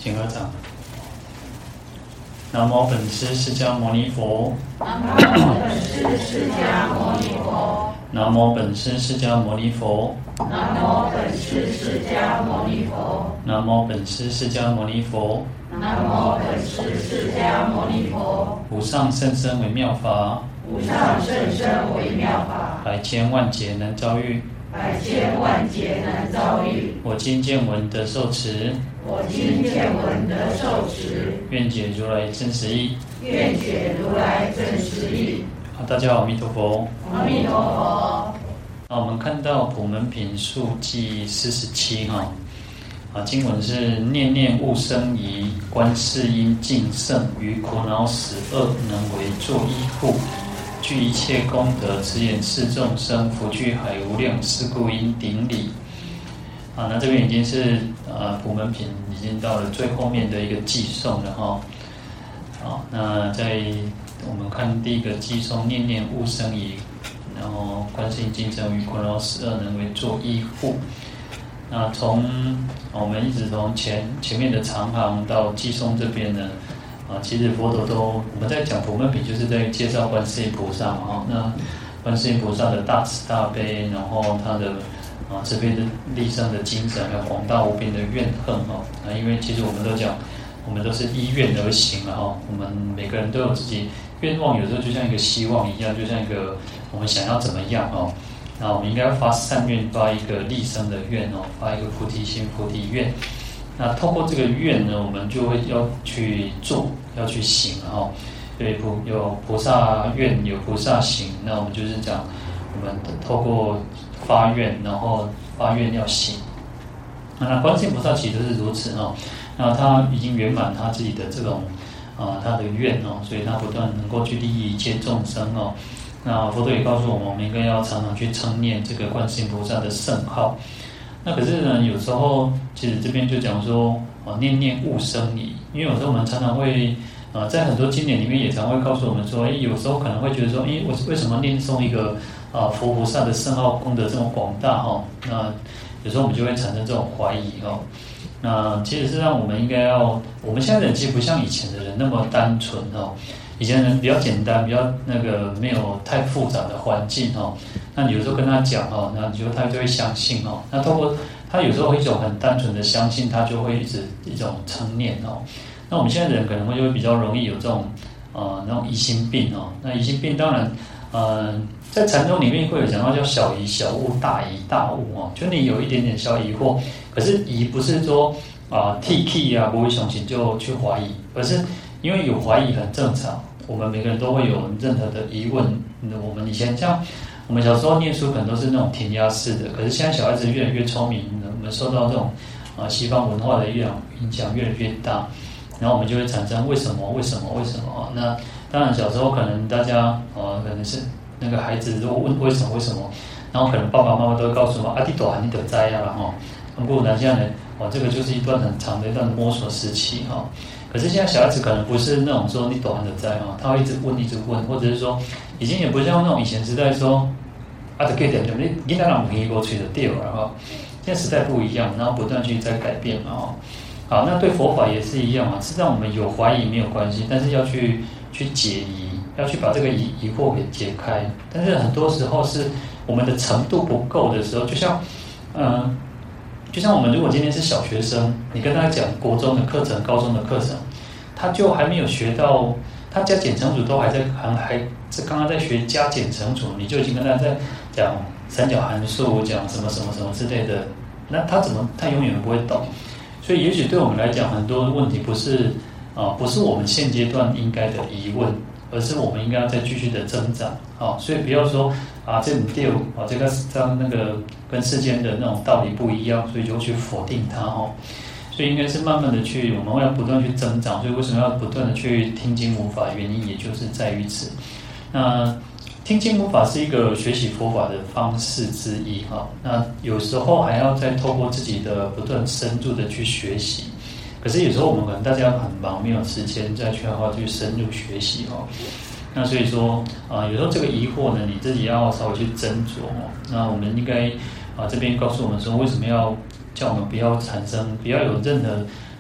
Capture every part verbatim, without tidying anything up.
请合掌。南无本师释迦牟尼佛。 南无本师释迦牟尼佛。 南无本师释迦牟尼佛。 南无本师释迦牟尼佛。 南无本师释迦牟尼佛。 南无本师释迦牟尼佛。 无上甚深微妙法。 无上甚深微妙法。 百千万劫难遭遇。 百千万劫难遭遇。 我今见闻得受持。 我今见闻得受持。 愿解如来真实义。 愿解如来真实义。 好，大家好，阿弥陀佛。 阿弥陀佛。 那我们看到普门品数记四十七哈，啊，经文是念念勿生疑，观世音净圣，于苦恼死厄能为作依护，具一切功德，慈眼视众生，福聚海无量，是故应顶礼。啊，那这边已经是呃普门品已经到了最后面的一个寄颂了哈。好，那在我们看第一个寄颂，念念勿生疑。然后观世音净圣，于苦恼死厄能为作依护。那从我们一直从前前面的长行到寄颂这边呢，啊，其实佛陀都我们在讲普门品，就是在介绍观世音菩萨嘛哈。那观世音菩萨的大慈大悲，然后他的啊慈悲的利生的精神，还有广大无边的怨恨哈。啊，因为其实我们都讲，我们都是依愿而行了哈。我们每个人都有自己愿望，有时候就像一个希望一样，就像一个我们想要怎么样哦？那我们应该发善愿，发一个利生的愿哦，发一个菩提心、菩提愿。那透过这个愿呢，我们就会要去做，要去行哦。对，菩有菩萨愿，有菩萨行。那我们就是讲，我们透过发愿，然后发愿要行。那观世音菩萨其实是如此哦。那他已经圆满他自己的这种啊、呃、他的愿哦，所以他不断能够去利益一切众生哦。那佛陀也告诉我们，我们应该要常常去称念这个观世音菩萨的圣号。那可是呢，有时候其实这边就讲说，啊，念念勿生疑，因为有时候我们常常会，呃，在很多经典里面也常会告诉我们说，哎，有时候可能会觉得说，哎，我为什么念诵一个啊佛菩萨的圣号功德这么广大哈？那有时候我们就会产生这种怀疑哈。那其实是让我们应该要，我们现在人其实不像以前的人那么单纯哦。以前人比较简单，比较那个没有太复杂的环境哦。那你有时候跟他讲哦，那你就他就会相信哦。那透过他有时候一种很单纯的相信，他就会一直一种称念哦。那我们现在的人可能会就会比较容易有这种呃那种疑心病哦。那疑心病当然呃在禅宗里面会有讲到叫小疑小悟，大疑大悟哦。就你有一点点小疑惑，可是疑不是说啊 T K 啊不会相信就去怀疑，而是因为有怀疑很正常，我们每个人都会有任何的疑问。我们以前像我们小时候念书，可能都是那种填鸭式的，可是现在小孩子越来越聪明，我们受到这种啊西方文化的影影响越来越大，然后我们就会产生为什么为什么为什么？那当然小时候可能大家呃可能是那个孩子如果问为什么为什么，然后可能爸爸妈妈都会告诉我啊，你躲啊你躲灾呀了哈。不过呢，现在呢，哦，这个就是一段很长的一段摸索时期哈。可是现在小孩子可能不是那种说你懂的在哈，他会一直问一直问，或者是说已经也不像那种以前时代说啊，就可以点点你你当然可以过去的掉了哈。现在时代不一样，然后不断去在改变嘛哈。好，那对佛法也是一样啊，实际上我们有怀疑没有关系，但是要去去解疑，要去把这个疑疑惑给解开。但是很多时候是我们的程度不够的时候，就像嗯。呃就像我们如果今天是小学生，你跟他讲国中的课程、高中的课程，他就还没有学到，他加减乘除都还在还还是刚刚在学加减乘除，你就已经跟他在讲三角函数、讲什么什么什么之类的，那他怎么他永远不会懂。所以也许对我们来讲，很多问题不是啊、呃，不是我们现阶段应该的疑问，而是我们应该要再继续的增长啊。所以不要说啊，这不对啊，这个跟那个跟世间的那种道理不一样，所以就去否定它哦。所以应该是慢慢的去，我们要不断去增长。所以为什么要不断的去听经闻法？原因也就是在于此。那听经闻法是一个学习佛法的方式之一哈。那有时候还要再透过自己的不断深入的去学习。可是有时候我们可能大家很忙，没有时间再去好好去深入学习哈。那所以说啊、呃，有时候这个疑惑呢，你自己要稍微去斟酌哦。那我们应该啊、呃、这边告诉我们说，为什么要叫我们不要产生，不要有任何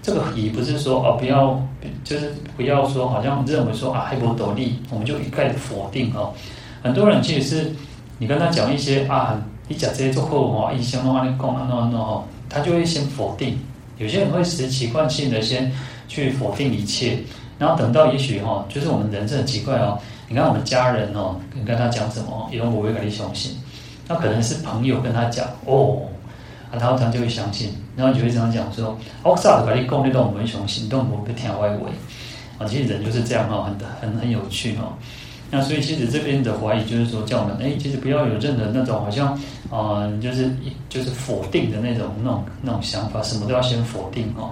这个疑不是说哦不要，就是不要说好像认为说啊还不斗力，我们就一概否定哦。很多人其实是你跟他讲一些啊，你讲这些做后哈，医生都按你讲按按按哈，他就会先否定。有些人会习习惯性的先去否定一切，然后等到也许哈，就是我们人是很奇怪哦。你看我们家人哦，你跟他讲什么，以后我会给你相信。那可能是朋友跟他讲哦，啊，然后他就会相信，然后就会这样讲说，我早就跟你讲，你都不会相信，都不会听歪歪。啊，其实人就是这样哈，很很很有趣哈。那所以其实这边的怀疑就是说，叫我们哎，其实不要有任何那种好像啊、呃，就是就是否定的那种那种那种想法，什么都要先否定哦。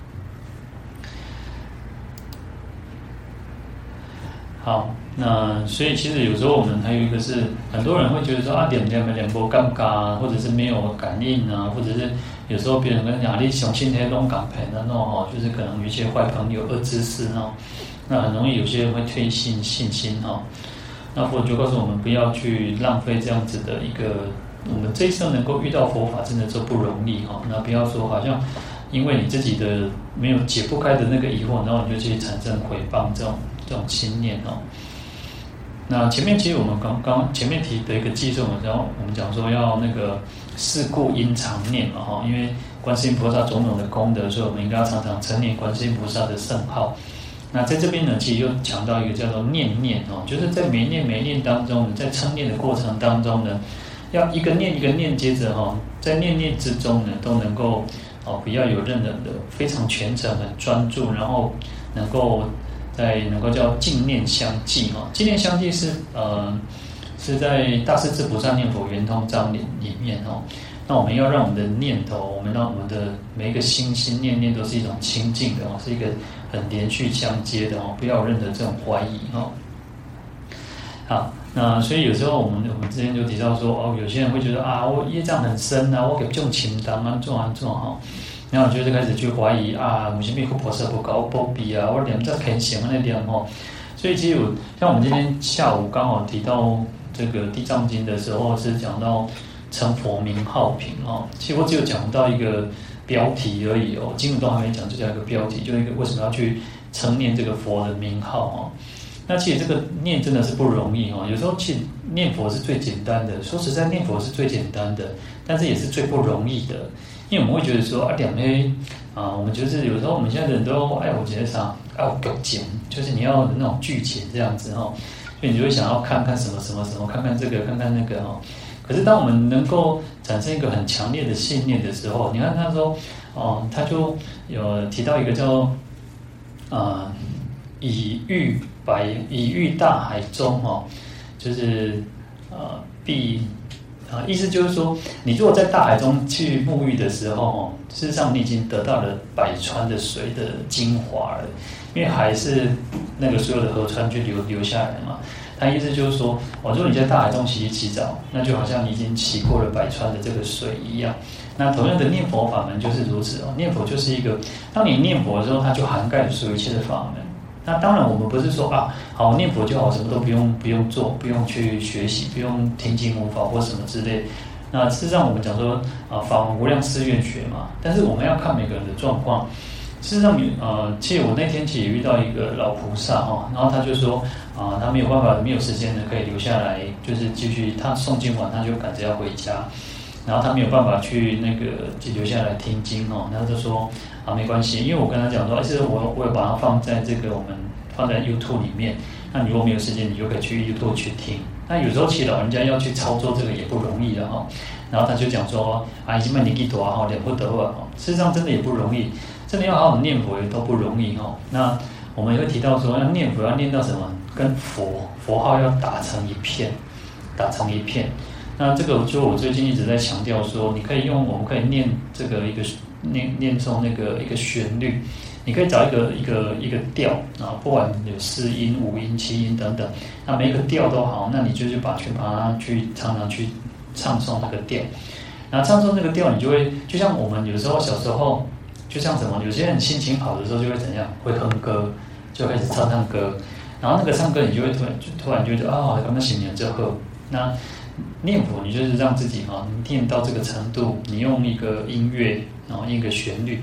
好，那所以其实有时候我们还有一个是，很多人会觉得说啊，点点点波尴尬啊，或者是没有感应啊，或者是有时候别人跟你讲你相信那种港片的那种哈，就是可能有一些坏朋友、恶知识哈，那很容易有些人会退信信心哈。那佛就告诉我们不要去浪费这样子的一个，我们这一生能够遇到佛法真的就不容易哈。那不要说好像因为你自己的没有解不开的那个疑惑，然后你就去产生诽谤这种。这种心念哦，那前面其实我们刚刚前面提的一个技术，然后我们讲说要那个事故因常念嘛哈，因为观世音菩萨种种的功德，所以我们应该要常常称念观世音菩萨的圣号。那在这边呢，其实又强调一个叫做念念哦，就是在每念每念当中，在称念的过程当中呢，要一个念一个念，接着哈，在念念之中呢，都能够哦不要有任何的非常全程很专注，然后能够。在能够叫净念相继哈，净念相继是呃是在大势至菩萨念佛圆通章里里面哦。那我们要让我们的念头，我们让我们的每一个心心念念都是一种清净的哦，是一个很连续相接的哦，不要有任何这种怀疑哦。好，那所以有时候我们我们之前就提到说哦，有些人会觉得啊，我业障很深啊，我给这种情当啊做啊做哈。然后就是开始去怀疑啊，为什么佛菩萨不搞波比啊？我念这很行那念吼，所以其实有像我们今天下午刚好提到这个《地藏经》的时候，是讲到称佛名号品哦。其实我只有讲到一个标题而已哦，经文都还没讲，就讲一个标题，就一个为什么要去称念这个佛的名号哦。那其实这个念真的是不容易哦，有时候其实念佛是最简单的，说实在，念佛是最简单的，但是也是最不容易的。因为我们会觉得说啊，两黑啊，我们就是有时候我们现在的人都爱我觉得啥，爱我剧情，就是你要那种剧情这样子哈，所以你就会想要看看什么什么什么，看看这个，看看那个哈。可是当我们能够产生一个很强烈的信念的时候，你看他说哦，他就有提到一个叫啊，以喻百以喻大海中哈，就是呃必。啊，意思就是说，你如果在大海中去沐浴的时候，事实上你已经得到了百川的水的精华了，因为海是那个所有的河川去流流下来嘛。它意思就是说，哦，如果你在大海中洗洗澡，那就好像你已经洗过了百川的这个水一样。那同样的念佛法门就是如此哦，念佛就是一个，当你念佛的时候，它就涵盖了所有一切的法门。那当然，我们不是说啊，好念佛就好，什么都不用不用做，不用去学习，不用听经闻法或什么之类。那事实上，我们讲说啊，法门无量誓愿学嘛。但是我们要看每个人的状况。事实上，呃，其实我那天其实也遇到一个老菩萨哈，然后他就说啊，他没有办法，没有时间的可以留下来，就是继续他诵经完他就赶着要回家。然后他没有办法去那个就留下来听经哦，然后就说啊没关系，因为我跟他讲说，其实我我有把它放在这个我们放在 YouTube 里面，那你如果没有时间，你就可以去 YouTube 去听。那有时候其实老人家要去操作这个也不容易的哈。然后他就讲说啊，已经卖年纪多啊，哈，了不得啊，事实上真的也不容易，真的要好好念佛也都不容易哈。那我们也会提到说，要念佛要念到什么，跟佛佛号要打成一片，打成一片。那这个就我最近一直在强调说，你可以用，我们可以念这个一个念念诵那个一个旋律，你可以找一个一个一个调啊，不管有四音、五音、七音等等，那每一个调都好，那你就是把去把它去常常去唱诵那个调，然后唱诵那个调，你就会就像我们有时候小时候，就像什么，有些人心情好的时候就会怎样，会哼歌，就开始唱唱歌，然后那个唱歌你就会突然就突然觉得啊，刚刚新年之后，那。念佛，你就是让自己哈念到这个程度，你用一个音乐，然后一个旋律，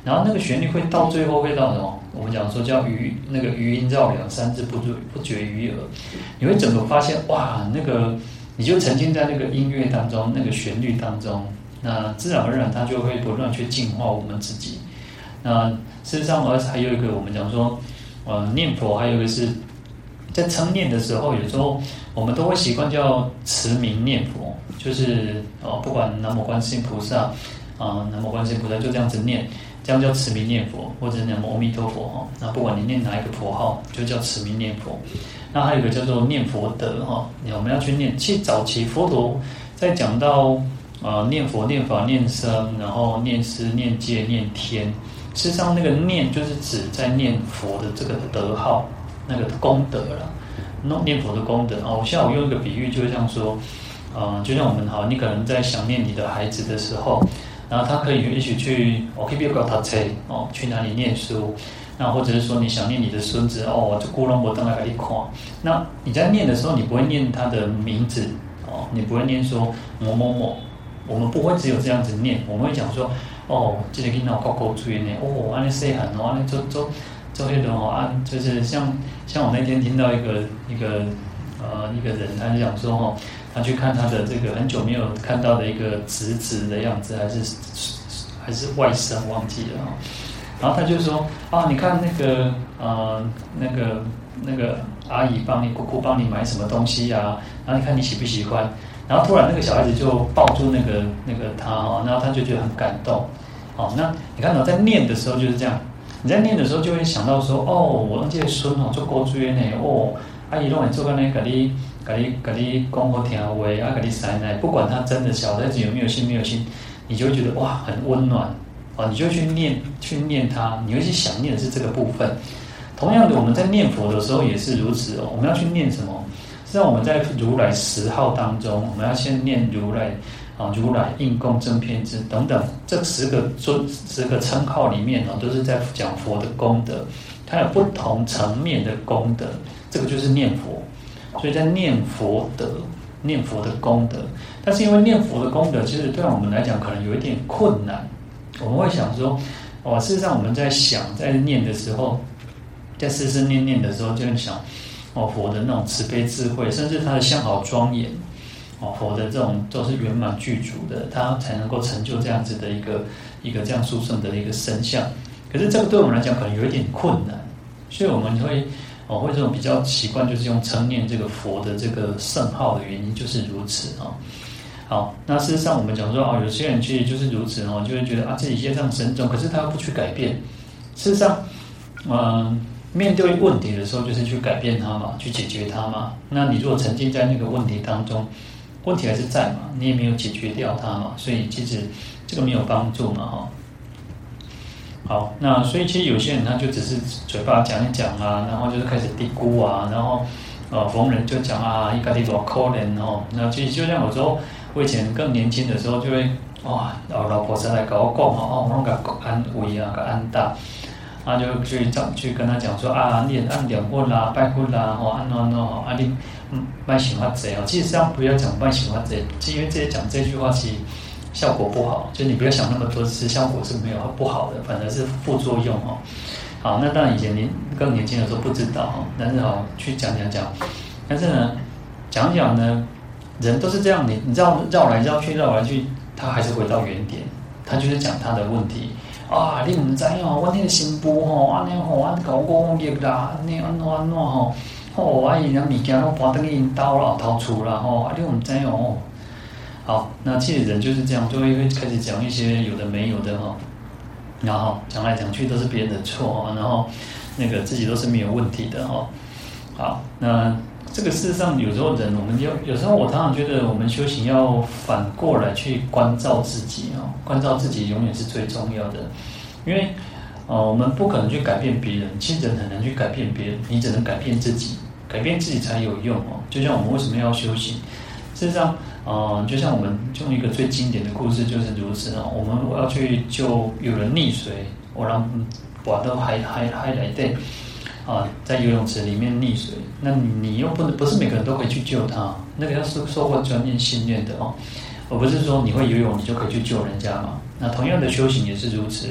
然后那个旋律会到最后会到什么？我们讲说叫余那个余音绕梁，三字不绝不绝于耳。你会整个发现哇，那个你就沉浸在那个音乐当中，那个旋律当中，那自然而然它就会不断去净化我们自己。那事实上，而还有一个我们讲说，呃，念佛还有一个是在称念的时候，有时候我们都会习惯叫持名念佛，就是哦，不管南无观世音菩萨。啊，南无观世音菩萨就这样子念，这样叫持名念佛，或者南无阿弥陀佛哈。那不管你念哪一个佛号，就叫持名念佛。那还有一个叫做念佛德哈，我们要去念。其实早期佛陀在讲到啊、呃、念佛、念法、念僧，然后念师、念戒、念天，事实上那个念就是指在念佛的这个德号，那个功德啦，念佛的功德啊。我下午用一个比喻，就像说，啊、呃，就像我们好，你可能在想念你的孩子的时候。然后他可以一起去，我可以不要搞他车哦，去哪里念书？那或者是说你想念你的孙子哦，这孤龙我等来给你看。那你在念的时候，你不会念他的名字哦，你不会念说某某某，我们不会只有这样子念，我们会讲说哦，这个囡仔高高追呢，哦，安尼细汉哦，安尼做做做迄种哦，啊，就是像像我那天听到一个一个呃一个人，他就讲说哦。他去看他的这个很久没有看到的一个侄子的样子，还是还是外甥忘记了哈。然后他就说啊，你看那个呃那个那个阿姨帮你姑姑帮你买什么东西呀、啊？然后你看你喜不喜欢？然后突然那个小孩子就抱住那个那个他哈，然后他就觉得很感动。哦，那你看到在念的时候就是这样，你在念的时候就会想到说哦，我这个孙哦做高追呢哦，阿姨让你做个那个你。给你给你讲好听话，啊，给你塞奶，不管他真的小孩子有没有心没有心，你就会觉得哇很温暖啊，你就会去念去念他，你会去想念的是这个部分。同样的，我们在念佛的时候也是如此哦。我们要去念什么？实际上我们在如来十号当中，我们要先念如来啊，如来应供正遍知等等这十个尊十个称号里面啊，都是在讲佛的功德，它有不同层面的功德，这个就是念佛。所以在念佛德，念佛的功德，但是因为念佛的功德，其实对我们来讲可能有一点困难。我们会想说，哦，事实上我们在想，在念的时候，在思思念念的时候，就会想，哦，佛的那种慈悲智慧，甚至他的相好庄严，哦，佛的这种都是圆满具足的，他才能够成就这样子的一个一个这样殊胜的一个身相。可是这个对我们来讲可能有一点困难，所以我们会。哦，会这种比较习惯，就是用称念这个佛的这个圣号的原因就是如此啊、哦。好，那事实上我们讲说哦，有些人其实就是如此哦，就会觉得啊自己业障深重，可是他不去改变。事实上，嗯、呃，面对问题的时候，就是去改变它嘛，去解决它嘛。那你如果沉浸在那个问题当中，问题还是在嘛，你也没有解决掉它嘛，所以其实这个没有帮助嘛，哈、哦。好，那所以其实有些人他就只是嘴巴讲一讲啊，然后就是开始嘀咕啊，然后呃逢人就讲啊，一个地多可怜哦。那其实就像有时候我以前更年轻的时候，就会哇，哦老婆上来跟我讲哦，我拢甲安慰啊，甲安大，啊就去讲去跟他讲说啊，你按两婚啦、拜婚啦，吼安怎安怎吼，啊你嗯卖想法济哦。其实上不要讲卖想法济，因为这讲这句话其实。效果不好，就你不要想那么多，是效果是没有不好的，反而是副作用哦。好，那当然以前年更年轻的时候不知道哈，但是好去讲讲讲，但是呢，讲讲呢，人都是这样，你你绕绕来绕去绕来去，他还是回到原点，他就是讲他的问题啊，你唔知哦，我那个新妇吼，安尼吼，安搞工业啦，安尼安怎安怎吼，吼，啊伊人物件拢搬登去因兜啦、后头厝啦吼，啊你唔知哦。好，那其实人就是这样，就会开始讲一些有的没有的哈，然后讲来讲去都是别人的错，然后那个自己都是没有问题的哈。好，那这个事实上有时候人，我们有有时候我常常觉得我们修行要反过来去关照自己啊，关照自己永远是最重要的，因为呃我们不可能去改变别人，其实人很难去改变别人，你只能改变自己，改变自己才有用哦。就像我们为什么要修行，事实上。呃，就像我们用一个最经典的故事就是如此哦。我们要去救有人溺水，我让把到海海海来对啊，在游泳池里面溺水，那你又不能不是每个人都可以去救他，那个要是受过专业训练的哦，而不是说你会游泳你就可以去救人家嘛。那同样的修行也是如此，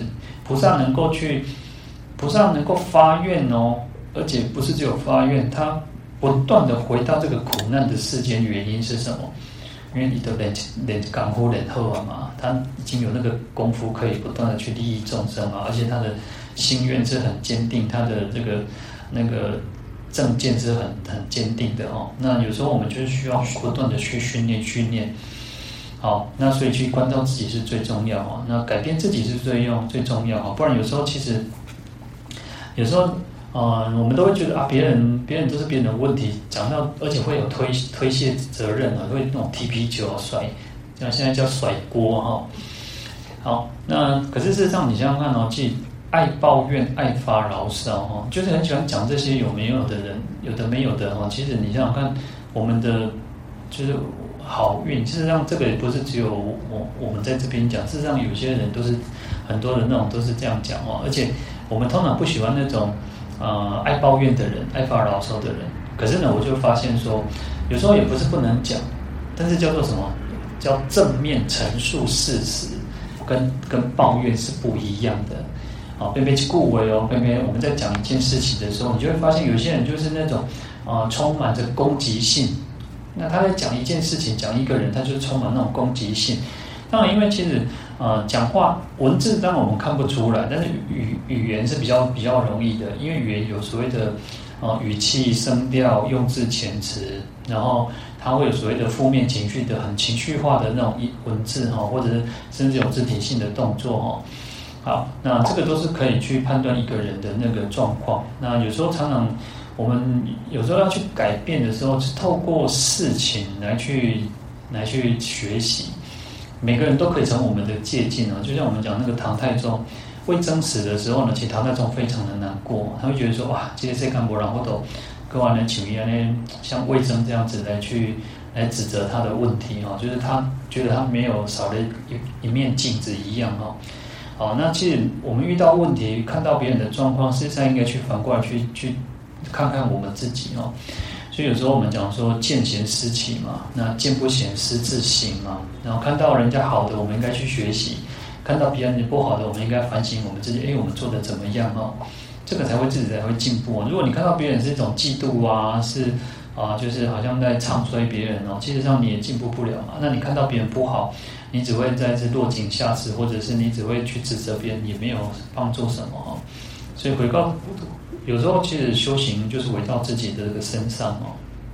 菩萨能够去，菩萨能够发愿哦，而且不是只有发愿，他不断的回到这个苦难的世间，原因是什么？因为你的人人感悟人后啊嘛，他已经有那个功夫可以不断的去利益众生嘛，而且他的心愿是很坚定，他的这个那个正见是很很坚定的哦。那有时候我们就是需要不断的去训练训练。好，那所以去关照自己是最重要哦。那改变自己是最用最重要哦。不然有时候其实，有时候呃，我们都会觉得啊，别人别人都是别人的问题，讲到而且会有推推卸责任啊，会那种踢皮球啊甩，像现在叫甩锅哈、哦。好，那可是事实上你想想看哦，其实爱抱怨、爱发牢骚哈，就是很喜欢讲这些有没有的人，有的没有的哈。其实你想想看，我们的就是。好运，事实上这个也不是只有我我们在这边讲，事实上有些人都是很多人那种都是这样讲哦，而且我们通常不喜欢那种呃爱抱怨的人、爱发牢骚的人。可是呢，我就发现说，有时候也不是不能讲，但是叫做什么？叫正面陈述事实，跟跟抱怨是不一样的。啊，偏偏去顾为哦，偏偏我们在讲一件事情的时候，你就会发现有些人就是那种啊、呃、充满着攻击性。那他在讲一件事情，讲一个人，他就充满那种攻击性。当然，因为其实呃讲话文字当然我们看不出来，但是语语言是比较比较容易的，因为语言有所谓的呃语气、声调、用字遣词，然后它会有所谓的负面情绪的很情绪化的那种文字哈，或者是甚至有肢体性的动作哈。好，那这个都是可以去判断一个人的那个状况。那有时候常常。我们有时候要去改变的时候，是透过事情来去来去学习。每个人都可以成我们的借鉴啊。就像我们讲那个唐太宗魏征死的时候呢，其实唐太宗非常的难过，他会觉得说哇，这些世间没人或都跟完人求一样呢，像魏征这样子来去来指责他的问题哈，就是他觉得他没有少了一一面镜子一样哈。好，那其实我们遇到问题，看到别人的状况，事实上应该去反过来去去。看看我们自己哦，所以有时候我们讲说见贤思齐嘛，那见不贤思自省嘛。然后看到人家好的，我们应该去学习；看到别人不好的，我们应该反省我们自己。哎，我们做的怎么样哦？这个才会自己才会进步。如果你看到别人是一种嫉妒啊，是啊，就是好像在唱衰别人哦，其实上你也进步不了嘛。那你看到别人不好，你只会在这落井下石，或者是你只会去指责别人，也没有帮助什么哦。所以回到。有时候其实修行就是回到自己的这个身上哦。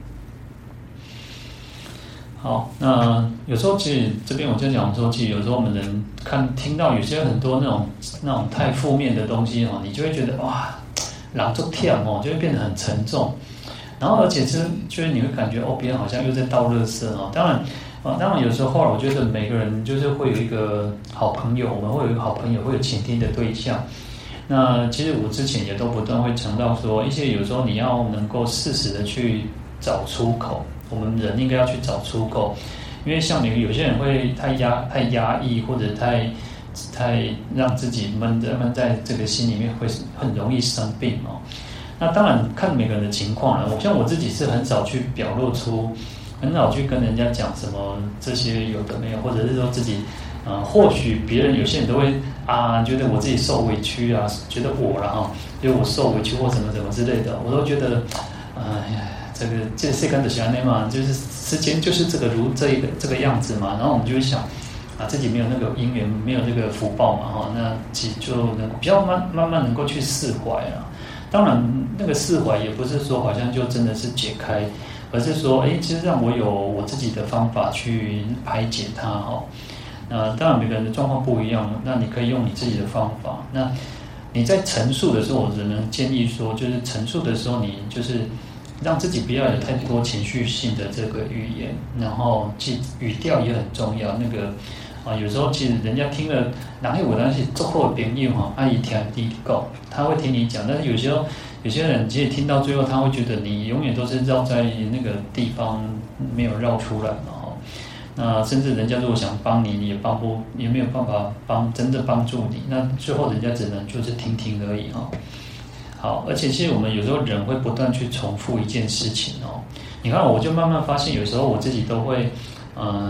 好，那有时候其实这边我就讲说，其实有时候我们人看听到有些很多那种那种太负面的东西哦，你就会觉得哇，狼就跳哦，就会变得很沉重。然后而且是就是你会感觉哦，别人好像又在倒垃圾哦。当然啊，当然有时候我觉得每个人就是会有一个好朋友，我们会有一个好朋友，会有倾听的对象。那其实我之前也都不断会强调说，一些有时候你要能够适时的去找出口，我们人应该要去找出口，因为像有些人会太压太压抑，或者太太让自己闷在闷在这个心里面，会很容易生病哦。那当然看每个人的情况了，我像我自己是很少去表露出，很少去跟人家讲什么这些有的没有，或者是说自己。呃，或许别人有些人都会啊，觉得我自己受委屈啊，觉得我了哈，觉得我受委屈或什么什么之类的，我都觉得，哎、呃、呀，这个这是跟着小内嘛，就是时间就是这个如这一个这个样子嘛，然后我们就会想啊，自己没有那个因缘，没有这个福报嘛哈，那其实就能比较慢慢慢能够去释怀啊。当然，那个释怀也不是说好像就真的是解开，而是说，哎，其实让我有我自己的方法去排解它哈。那当然每个人的状况不一样，那你可以用你自己的方法。那你在陈述的时候，我只能建议说，就是陈述的时候，你就是让自己不要有太多情绪性的这个语言，然后其语调也很重要。那个啊，有时候其实人家听了，哪有我那些做后的朋友哈，阿姨听你讲，他会听你讲，但是有时候有些人其实听到最后，他会觉得你永远都是绕在那个地方，没有绕出来嘛。那甚至人家如果想帮你，你也帮不，也没有办法帮真的帮助你。那最后人家只能就是听听而已哈。好，而且其实我们有时候人会不断去重复一件事情哦。你看，我就慢慢发现，有时候我自己都会，嗯、呃，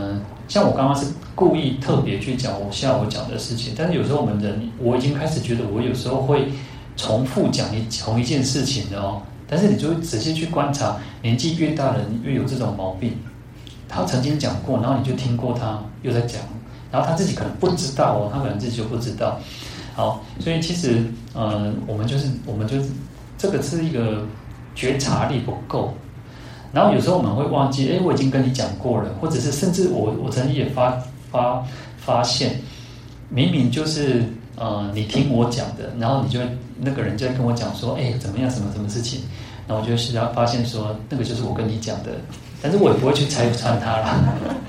像我刚刚是故意特别去讲我下午讲的事情，但是有时候我们人，我已经开始觉得我有时候会重复讲一同一件事情的哦。但是你就会仔细去观察，年纪越大的人越有这种毛病。他曾经讲过，然后你就听过他又在讲，然后他自己可能不知道哦，他可能自己就不知道。好，所以其实呃，我们就是我们就是这个是一个觉察力不够。然后有时候我们会忘记，哎，我已经跟你讲过了，或者是甚至我我曾经也发发发现，明明就是呃你听我讲的，然后你就那个人就在跟我讲说，哎，怎么样，什么什么事情，然后我就实际上发现说，那个就是我跟你讲的，但是我也不会去拆穿他啦。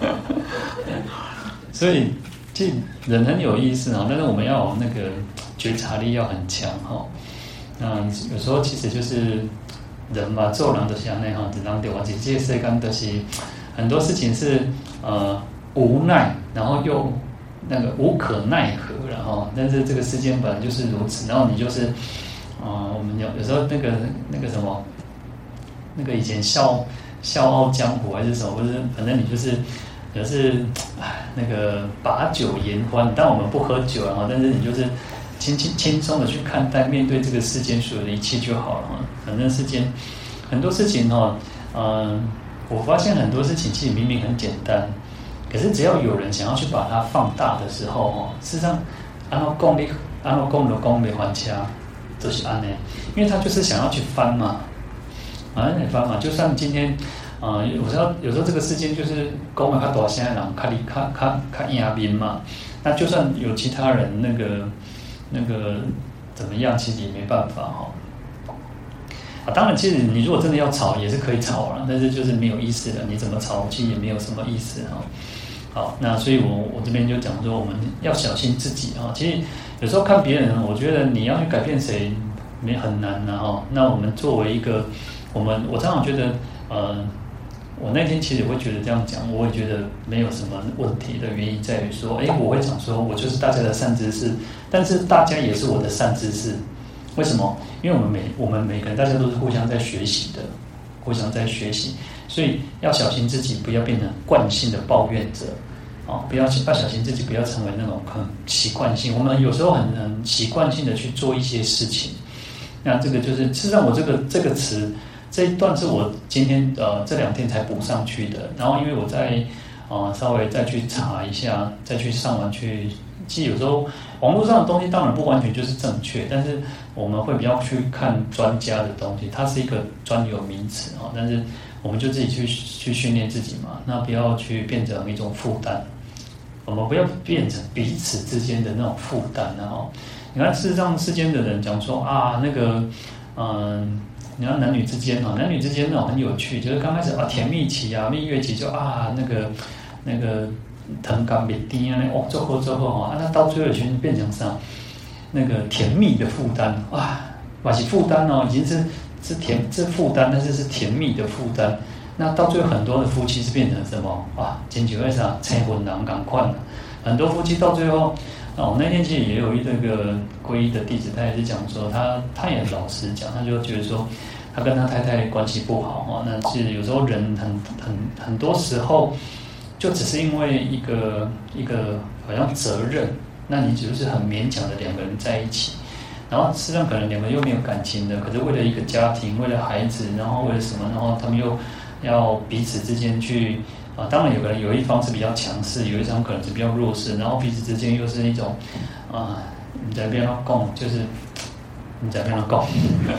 所以这人很有意思啊，但是我们要有那个觉察力要很强哈。那有时候其实就是人嘛，做人就是安尼哈，人对我这这世间都是很多事情是呃无奈，然后又那个无可奈何，然后但是这个世间本来就是如此，然后你就是啊、呃，我们有有时候那个那个什么，那个以前笑笑傲江湖还是什么，或者反正你就是就是那个把酒言欢，但我们不喝酒啊，但是你就是轻轻轻松的去看待面对这个世间所有的一切就好了。反正世间很多事情哈，嗯、呃，我发现很多事情其实明明很简单，可是只要有人想要去把它放大的时候哈，事实上按照功力按照功的功没还掐，就是安呢，因为他就是想要去翻嘛，啊，你翻嘛，就算今天。啊、呃，有时候有时候这个事件就是讲的较大声的人，较厉较较较赢面嘛。那就算有其他人那个那个怎么样，其实也没办法哈。啊，当然，其实你如果真的要吵，也是可以吵啦，但是就是没有意思的，你怎么吵，其实也没有什么意思哈。好，那所以我我这边就讲说，我们要小心自己哈。其实有时候看别人，我觉得你要去改变谁，没很难的哈。那我们作为一个，我们我常常觉得，呃。我那天其实也会觉得这样讲，我也觉得没有什么问题的原因在于说，哎，我会讲说我就是大家的善知识，但是大家也是我的善知识。为什么？因为我们每我们每个人大家都是互相在学习的，互相在学习，所以要小心自己不要变成惯性的抱怨者，哦，不要要小心自己不要成为那种很习惯性。我们有时候很很习惯性的去做一些事情，那这个就是事实上我这个这个词。这一段是我今天呃这两天才补上去的，然后因为我在呃稍微再去查一下，再去上网去，其实有时候网络上的东西当然不完全就是正确，但是我们会比较去看专家的东西，它是一个专有名词啊，但是我们就自己去去训练自己嘛，那不要去变成一种负担，我们不要变成彼此之间的那种负担然后，你看事实上世间的人讲说啊那个嗯。你看男女之间哈，男女之间那种很有趣，就是刚开始啊甜蜜期啊蜜月期就啊那个那个疼感别低啊，哦最后最后哈，那到最后已经变成啥？那个甜蜜的负担哇，哇是负担哦，已经是是甜是负担，但是是甜蜜的负担。那到最后很多的夫妻是变成什么？哇，坚决为啥拆婚难赶快了？很多夫妻到最后。哦，那天其实也有一那个皈依的弟子，他也是讲说，他他也很老实讲，他就觉得说，他跟他太太关系不好哈，那其实有时候人很很很多时候，就只是因为一个一个好像责任，那你只是很勉强的两个人在一起，然后事实上可能两个又没有感情的，可是为了一个家庭，为了孩子，然后为了什么，然后他们又要彼此之间去。啊，当然有可能有一方是比较强势，有一方可能是比较弱势，然后彼此之间又是一种啊，你在边上供，就是你在边上供，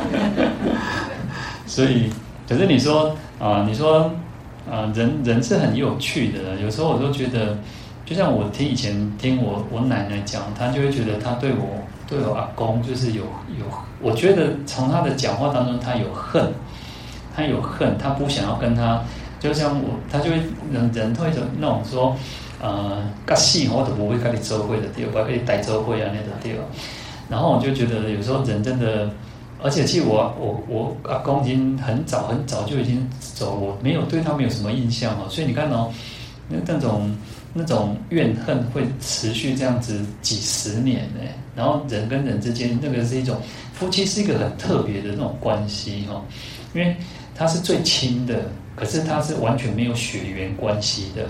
所以可是你说啊，你说啊，人人是很有趣的，有时候我都觉得，就像我听以前听我我奶奶讲，她就会觉得她对我对我阿公就是有有，我觉得从她的讲话当中，她有恨，她有恨，她不想要跟他。就像我，他就会人人会那种说，呃，甲死我都不会跟你做伙的对，我跟你带做伙啊那个对。然后我就觉得有时候人真的，而且其实我我我阿公已经很早很早就已经走，我没有对他没有什么印象哦。所以你看哦，那那种那种怨恨会持续这样子几十年呢。然后人跟人之间那个是一种夫妻是一个很特别的那种关系哈，因为他是最亲的。可是他是完全没有血缘关系的，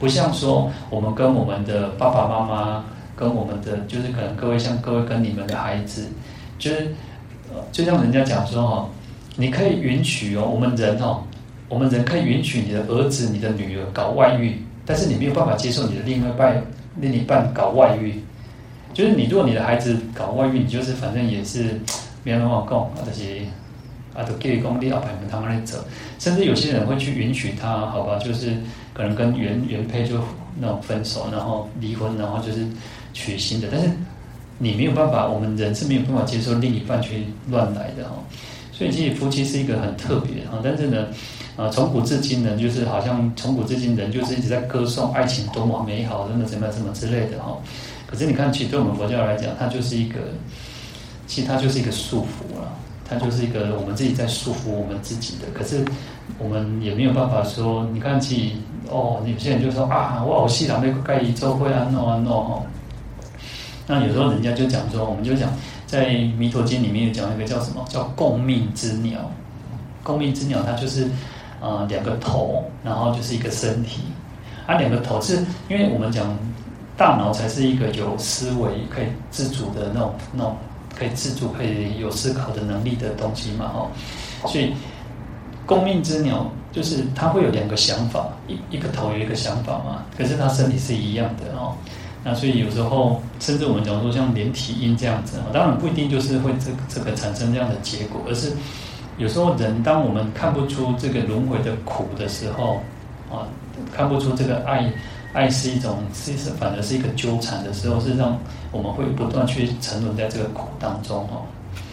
不像说我们跟我们的爸爸妈妈，跟我们的就是可能各位像各位跟你们的孩子，就是就像人家讲说哈，你可以允许哦，我们人哦，我们人可以允许你的儿子、你的女儿搞外遇，但是你没有办法接受你的另外一半另一半搞外遇。就是你如果你的孩子搞外遇，你就是反正也是没人话讲，啊就是啊都叫伊讲你后排门他们来走，甚至有些人会去允许他，好吧，就是可能跟原原配就那种分手，然后离婚，然后就是娶新的，但是你没有办法，我们人是没有办法接受另一半去乱来的哈。所以其实夫妻是一个很特别哈，但是呢，啊从古至今呢，就是好像从古至今人就是一直在歌颂爱情多么美好，真的怎么样什么之类的哈。可是你看，其实对我们佛教来讲，它就是一个，其实它就是一个束缚了，它就是一个我们自己在束缚我们自己的。可是我们也没有办法说，你看，其实哦，有些人就说啊，我好细郎那个盖一周会安诺安诺哈。那有时候人家就讲说，我们就讲在《弥陀经》里面有讲一个叫什么叫共命之鸟，共命之鸟它就是呃两个头，然后就是一个身体，啊两个头是因为我们讲。大脑才是一个有思维可以自主的那种那种可以自主可以有思考的能力的东西嘛哈，所以共命之鸟就是它会有两个想法，一一个头有一个想法嘛，可是它身体是一样的哦。那所以有时候甚至我们讲说像连体婴这样子，当然不一定就是会这个这个产生这样的结果，而是有时候人当我们看不出这个轮回的苦的时候啊，看不出这个爱。爱是一种，其实反而是一个纠缠的时候，是让我们会不断去沉沦在这个苦当中哦。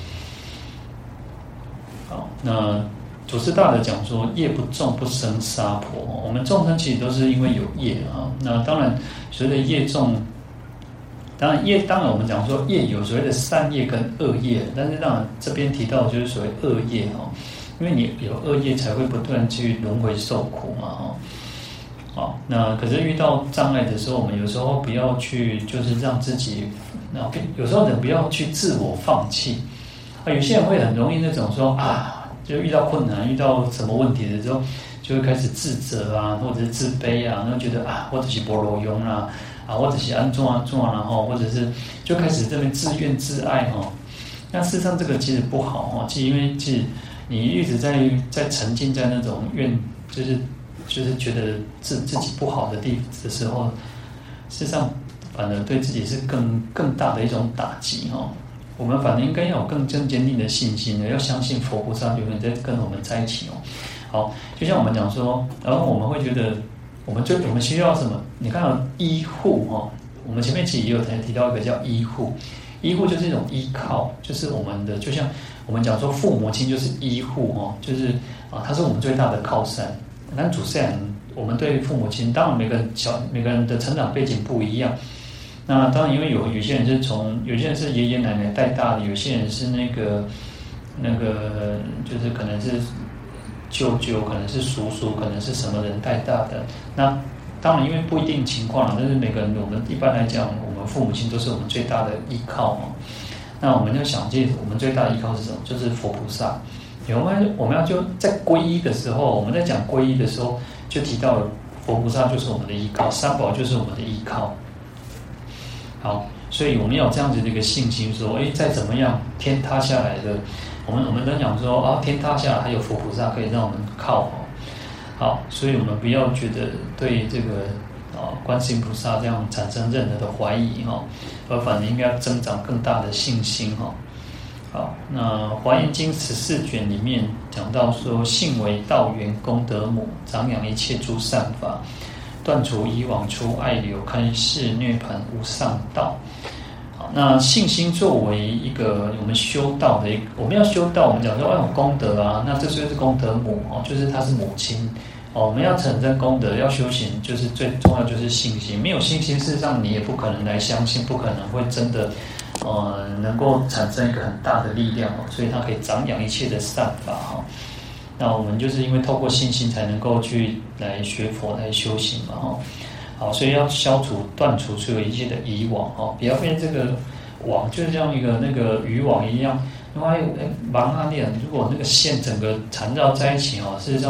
好，那祖师大德讲说，业不重不生杀婆。我们众生其实都是因为有业啊。那当然，所谓的业重，当然业，当然我们讲说业有所谓的善业跟恶业，但是当然这边提到就是所谓恶业哦，因为你有恶业才会不断去轮回受苦嘛哈。好，那可是遇到障碍的时候，我们有时候不要去，就是让自己，那有时候人不要去自我放弃。啊，有些人会很容易那种说啊，就遇到困难、遇到什么问题的时候，就会开始自责啊，或者是自卑啊，然后觉得啊，或者是波罗庸啦，啊，或者是安坐安坐，然后或者是就开始这边自怨自艾哈。那事实上这个其实不好哈，其实因为其实你一直在在沉浸在那种怨，就是。就是觉得自自己不好的地的时候，事实上反而对自己是更更大的一种打击哦。我们反而应该要有更更坚定的信心，要相信佛菩萨永远在跟我们在一起哦。好，就像我们讲说，然后我们会觉得，我们最我们需要什么？你看到医护哦，我们前面其实也有提到一个叫医护，医护就是一种依靠，就是我们的就像我们讲说父母亲就是医护哦，就是啊，他是我们最大的靠山。那主持人，我们对父母亲，当然每个人小每个人的成长背景不一样。那当然，因为有有些人是从，有些人是爷爷奶奶带大的，有些人是那个那个就是可能是舅舅，可能是叔叔，可能是什么人带大的。那当然，因为不一定情况，但是每个人，我们一般来讲，我们父母亲都是我们最大的依靠嘛。那我们要想，记我们最大的依靠是什么？就是佛菩萨。我们我们要就在皈依的时候，我们在讲皈依的时候，就提到了佛菩萨就是我们的依靠，三宝就是我们的依靠。好，所以我们要有这样子的一个信心，说，哎，再怎么样天塌下来的，我们我们都讲说啊，天塌下来还有佛菩萨可以让我们靠哦。好，所以我们不要觉得对这个啊观世音菩萨这样产生任何的怀疑哈，而反而应该要增长更大的信心哈。好，那《华严经》十四卷里面讲到说，性为道源功德母，长养一切诸善法，断除以往出爱流，开示涅槃无上道。好，那信心作为一个我们修道的一个，我们要修道，我们讲说要有功德啊，那这就是功德母哦，就是它是母亲哦。我们要产生功德，要修行，就是最重要就是信心。没有信心，事实上你也不可能来相信，不可能会真的。呃，能够产生一个很大的力量哦，所以它可以长养一切的善法哈。那我们就是因为透过信心才能够去来学佛来修行嘛哈。好，所以要消除断除所有一切的疑网哈，不要被这个网就像一个那个渔网一样，因为盲阿念如果那个线整个缠绕在一起哦，事实上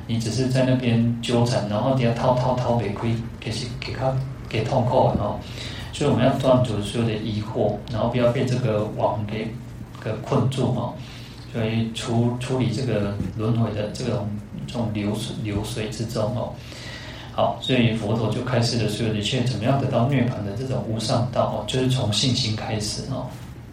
你只是在那边纠缠，然后你要掏掏掏没亏，给给他给痛苦哦。所以我们要断除所有的疑惑，然后不要被这个网给给困住哈。所以处处理这个轮回的这种这种流水流水之中哦。好，所以佛陀就开示了所有的一切怎么样得到涅槃的这种无上道哦，就是从信心开始哦。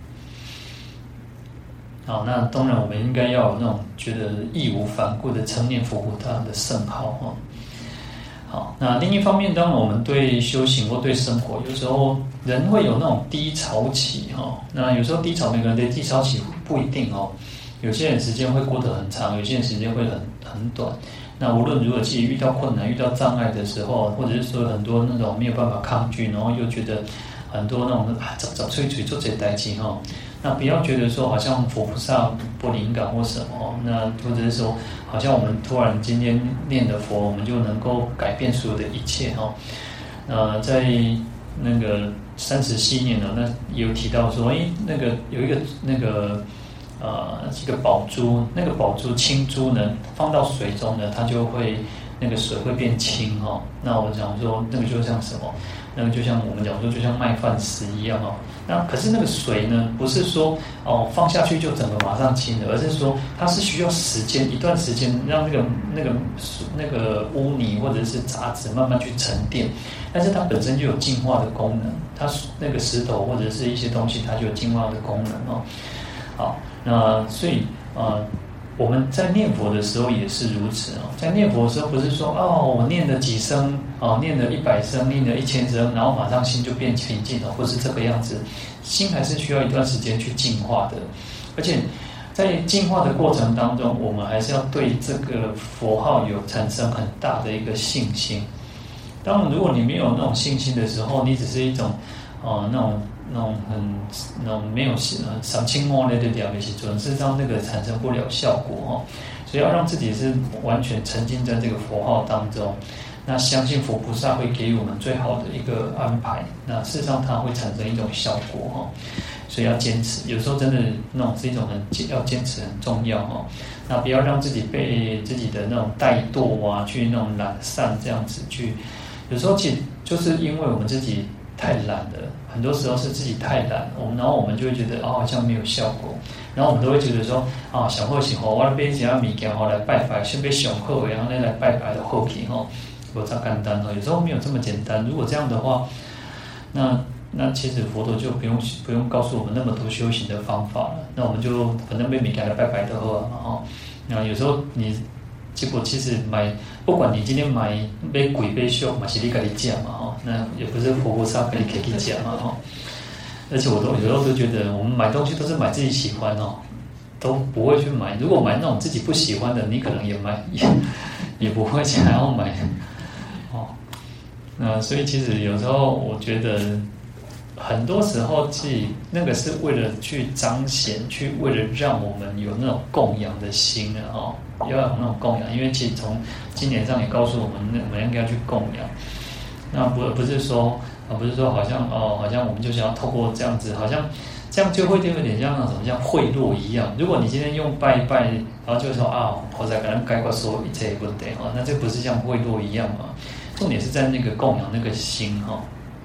好，那当然我们应该要有那种觉得义无反顾的称念佛菩萨的圣号哦。好，那另一方面，当我们对修行或对生活，有时候人会有那种低潮期哈。那有时候低潮，每个人的低潮期不一定哦。有些人时间会过得很长，有些人时间会很很短。那无论如何，其实遇到困难、遇到障碍的时候，或者是说很多那种没有办法抗拒，然后又觉得很多那种啊，早早催催做这些代际哈。那不要觉得说好像佛菩萨不灵感或什么，那或者是说好像我们突然今天念了佛，我们就能够改变所有的一切哈。呃，在那个三十系念呢，那也有提到说，哎，那个有一个那个。呃，这个宝珠，那个宝珠青珠呢，放到水中呢，它就会那个水会变清哈、哦。那我讲说，那个就像什么？那个就像我们讲说，就像麦饭石一样哦。那可是那个水呢，不是说哦放下去就整个马上清了，而是说它是需要时间一段时间，让那个那个那个污泥或者是杂质慢慢去沉淀。但是它本身就有净化的功能，它那个石头或者是一些东西，它就有净化的功能哦。好。那所以呃，我们在念佛的时候也是如此哦。在念佛的时候，不是说哦，我念了几声哦，念了一百声，念了一千声，然后马上心就变平静了，或是这个样子。心还是需要一段时间去净化的，而且在净化的过程当中，我们还是要对这个佛号有产生很大的一个信心。当然，如果你没有那种信心的时候，你只是一种哦、呃、那种。那种很那种没有呃上清摸类的掉的时候，事实上那个产生不了效果哦。所以要让自己是完全沉浸在这个佛号当中，那相信佛菩萨会给予我们最好的一个安排。那事实上它会产生一种效果哈、哦，所以要坚持。有时候真的那种是一种很要坚持很重要哈、哦。那不要让自己被自己的那种怠惰啊，去那种懒散这样子去。有时候其实就是因为我们自己太懒了。很多时候是自己太懒，我们然后我们就会觉得哦好像没有效果，然后我们都会觉得说啊上好是吼，我来买几样物件吼来拜拜，先别上好，然后呢来拜拜的好去吼，不这么简单哦，有时候没有这么简单。如果这样的话，那那其实佛陀就不用不用告诉我们那么多修行的方法了，那我们就反正买物件来拜拜的好啊嘛吼。那有时候你结果其实买，不管你今天买买贵买俗嘛，是你自己讲嘛哈，那也不是佛菩萨给你给你讲嘛哈。而且我都有时候都觉得，我们买东西都是买自己喜欢哦，都不会去买。如果买那种自己不喜欢的，你可能也买也也不会想要买哦。那所以其实有时候我觉得，很多时候去那个是为了去彰显，去为了让我们有那种供养的心啊哦。要有那种供养，因为其实从经典上也告诉我们，我们应该要去供养。那不不是说啊，不是说好像哦，好像我们就想要透过这样子，好像这样就会有点像那种像贿赂一样。如果你今天用拜一拜，然后就说啊，我才可能概括说一切问题哈，那这不是像贿赂一样嘛？重点是在那个供养那个心哈。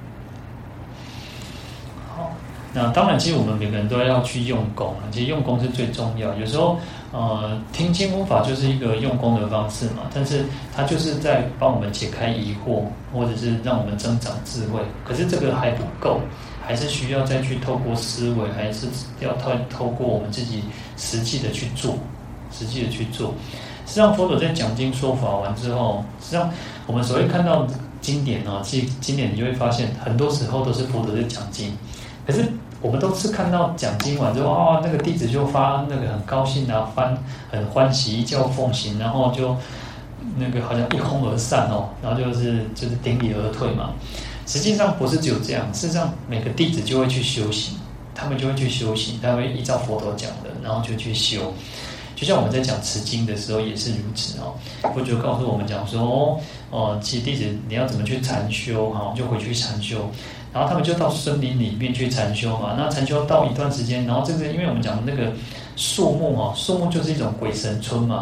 好，那当然，其实我们每个人都要去用功，其实用功是最重要。有时候。呃，听经闻法就是一个用功的方式嘛，但是它就是在帮我们解开疑惑，或者是让我们增长智慧。可是这个还不够，还是需要再去透过思维，还是要透透过我们自己实际的去做，实际的去做。实际上，佛陀在讲经说法完之后，实际上我们所谓看到经典哦，其实经典你就会发现，很多时候都是佛陀在讲经，可是。我们都是看到讲经完之后，哦，那个弟子就发那个很高兴啊，欢很欢喜，一教奉行，然后就那个好像一哄而散哦，然后就是就是顶礼而退嘛。实际上不是只有这样，事实上每个弟子就会去修行，他们就会去修行，他会依照佛陀讲的，然后就去修。就像我们在讲持经的时候也是如此哦，佛就告诉我们讲说哦，哦，其实弟子你要怎么去禅修哈，就回去禅修。然后他们就到森林里面去禅修嘛。那禅修到一段时间，然后这个因为我们讲的那个树木哦，树木就是一种鬼神村嘛，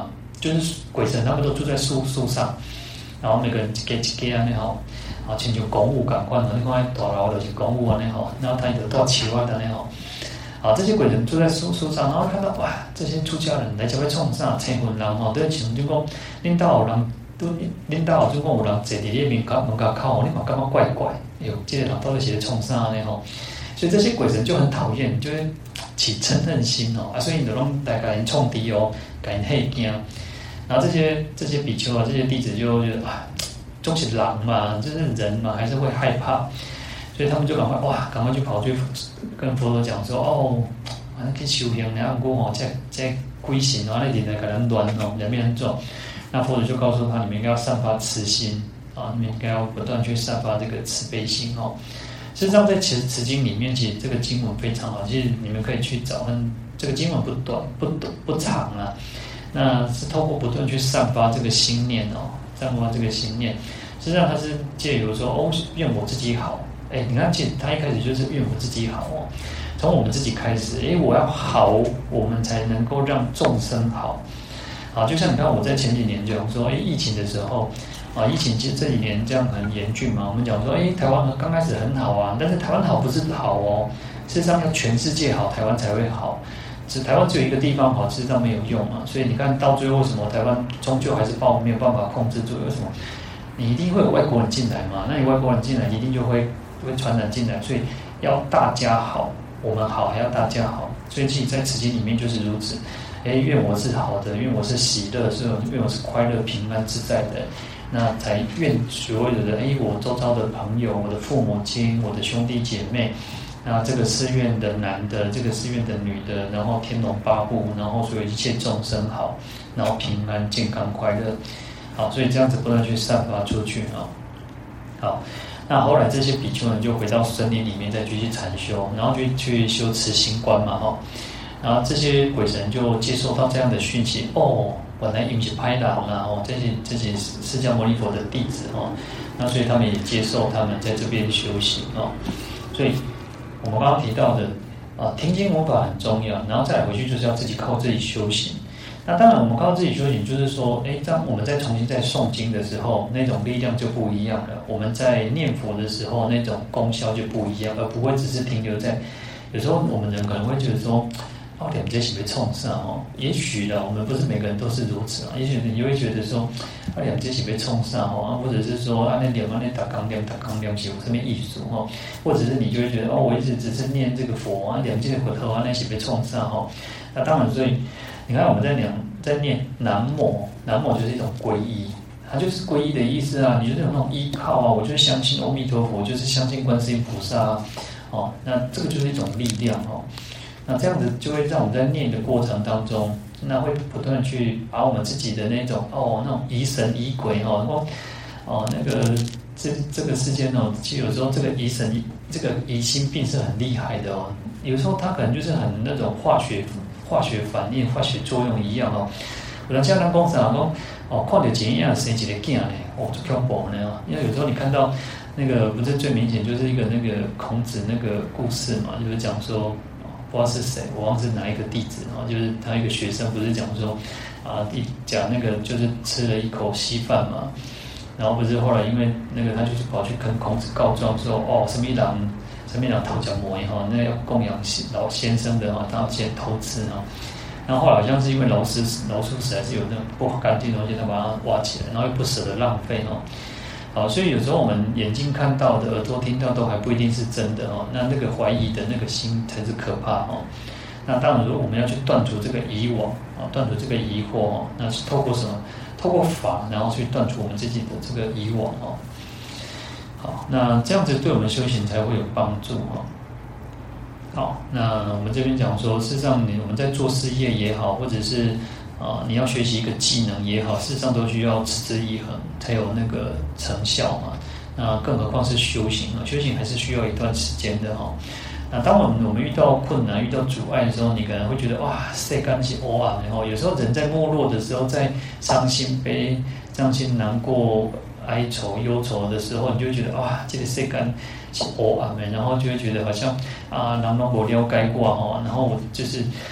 就是鬼神他们都住在树树上，然后每个人一家一家安尼吼，啊，亲像公务赶快的，你看大楼就是公务安尼吼，然后他就到树啊安尼吼。啊，这些鬼人住在树树上，然后看到哇，这些出家人来就会冲上青云人吼，对，像就讲，恁兜有人，都恁兜就讲有人坐伫你面口门口口，你嘛感觉怪怪，哟，这个人到底是冲啥呢吼？所以这些鬼神就很讨厌，就会起嗔恨心哦，啊，所以你就拢来给人冲敌哦，给人吓惊。然后这些这些比丘啊，这些弟子就觉得啊，总是狼嘛，就是人嘛，还是会害怕。所以他们就赶快哇，赶快去跑去跟佛陀讲说哦，反正去修行，然后过哦，这这鬼神啊，那点来给人乱哦，两边人做。那佛陀就告诉他，你们应该要散发慈心啊，你们应该要不断去散发这个慈悲心哦。事实上，在慈慈经里面，其实这个经文非常好，其实你们可以去找，嗯，这个经文不短不短不长啊，那是透过不断去散发这个心念哦，散发这个心念。实际上，它是借由说哦，愿我自己好。哎，你看，其实他一开始就是愿我自己好哦，从我们自己开始，哎，我要好，我们才能够让众生好。啊，就像你看，我在前几年讲说，哎，疫情的时候，啊，疫情其实这几年这样很严峻嘛，我们讲说，哎，台湾刚开始很好啊，但是台湾好不是好哦，事实上要全世界好，台湾才会好。只台湾只有一个地方好，事实上没有用啊。所以你看到最后，为什么台湾终究还是报没有办法控制住？为什么？你一定会有外国人进来嘛？那你外国人进来，一定就会。会传染进来，所以要大家好，我们好还要大家好，所以其实在慈经里面就是如此。哎，愿我是好的，愿我是喜乐，是愿我是快乐、平安、自在的，那才愿所有的哎，我周遭的朋友、我的父母亲、我的兄弟姐妹，那这个寺院的男的，这个寺院的女的，然后天龙八部，然后所有一切众生好，然后平安、健康、快乐，好，所以这样子不断去散发出去啊，好。那后来这些比丘人就回到森林里面再继续禅修，然后去去修持行观嘛，哈。然后这些鬼神就接收到这样的讯息，哦，本来因是拍狼啊，哦，这些这些释迦牟尼佛的弟子哦，那所以他们也接受他们在这边修行哦。所以我们刚刚提到的啊，听经闻法很重要，然后再来回去就是要自己靠自己修行。那当然，我们靠自己修行，就是说，哎，当我们再重新在诵经的时候，那种力量就不一样了。我们在念佛的时候，那种功效就不一样，而不会只是停留在。有时候我们人可能会觉得说，哦，两这是被冲上哦。也许呢，我们不是每个人都是如此啊。也许你会觉得说，啊，两这是被冲上哦，或者是说，啊，那两啊那打钢两打钢两是有什么艺术哦，或者是你就会觉得，哦，我一直只是念这个佛啊，两这个佛头啊，那是被冲上哦。那当然，所以。你看我们在念在念南无，南无就是一种皈依，它就是皈依的意思啊。你就是有那种依靠啊，我就是相信阿弥陀佛，就是相信观世音菩萨啊，哦，那这个就是一种力量哦。那这样子就会让我们在念的过程当中，那会不断去把我们自己的那种哦那种疑神疑鬼哦，哦那个这这个世间哦，其实有时候这个疑神这个疑心病是很厉害的哦。有时候它可能就是很那种化学。化学反应、化学作用一样哦。有人像咱讲啥讲哦，看到钱样生一个囝呢，哦，就恐怖呢哦。因为有时候你看到那个，不是最明显就是一个那个孔子那个故事嘛，就是讲说，不知道是谁，我忘记是哪一个弟子啊，就是他一个学生不是讲说啊，一讲那个就是吃了一口稀饭嘛，然后不是后来因为那个他就是跑去跟孔子告状说，哦，什么人。什么样偷脚膜哈？那要供养老先生的哈，他先偷吃哈。然后后来好像是因为老师老鼠屎还是有那种不干净的东西，他把它挖起来，然后又不舍得浪费哈。好，所以有时候我们眼睛看到的、耳朵听到都还不一定是真的哦。那那个怀疑的那个心才是可怕哦。那当然，如果我们要去断除这个疑网啊，断除这个疑惑哦，那是透过什么？透过法，然后去断除我们自己的这个疑网哦。好，那这样子对我们修行才会有帮助哈。好，那我们这边讲说，事实上你我们在做事业也好，或者是啊、呃、你要学习一个技能也好，事实上都需要持之以恒才有那个成效嘛。那更何况是修行啊，修行还是需要一段时间的哈。那当我们我们遇到困难、遇到阻碍的时候，你可能会觉得哇，世间是黑暗的哈。有时候人在没落的时候，在伤心悲、伤心难过。哀愁、忧愁的时候，你就会觉得哇，这个世间是黑暗的，然后就会觉得好像啊，人都没了解过哈，然后我就是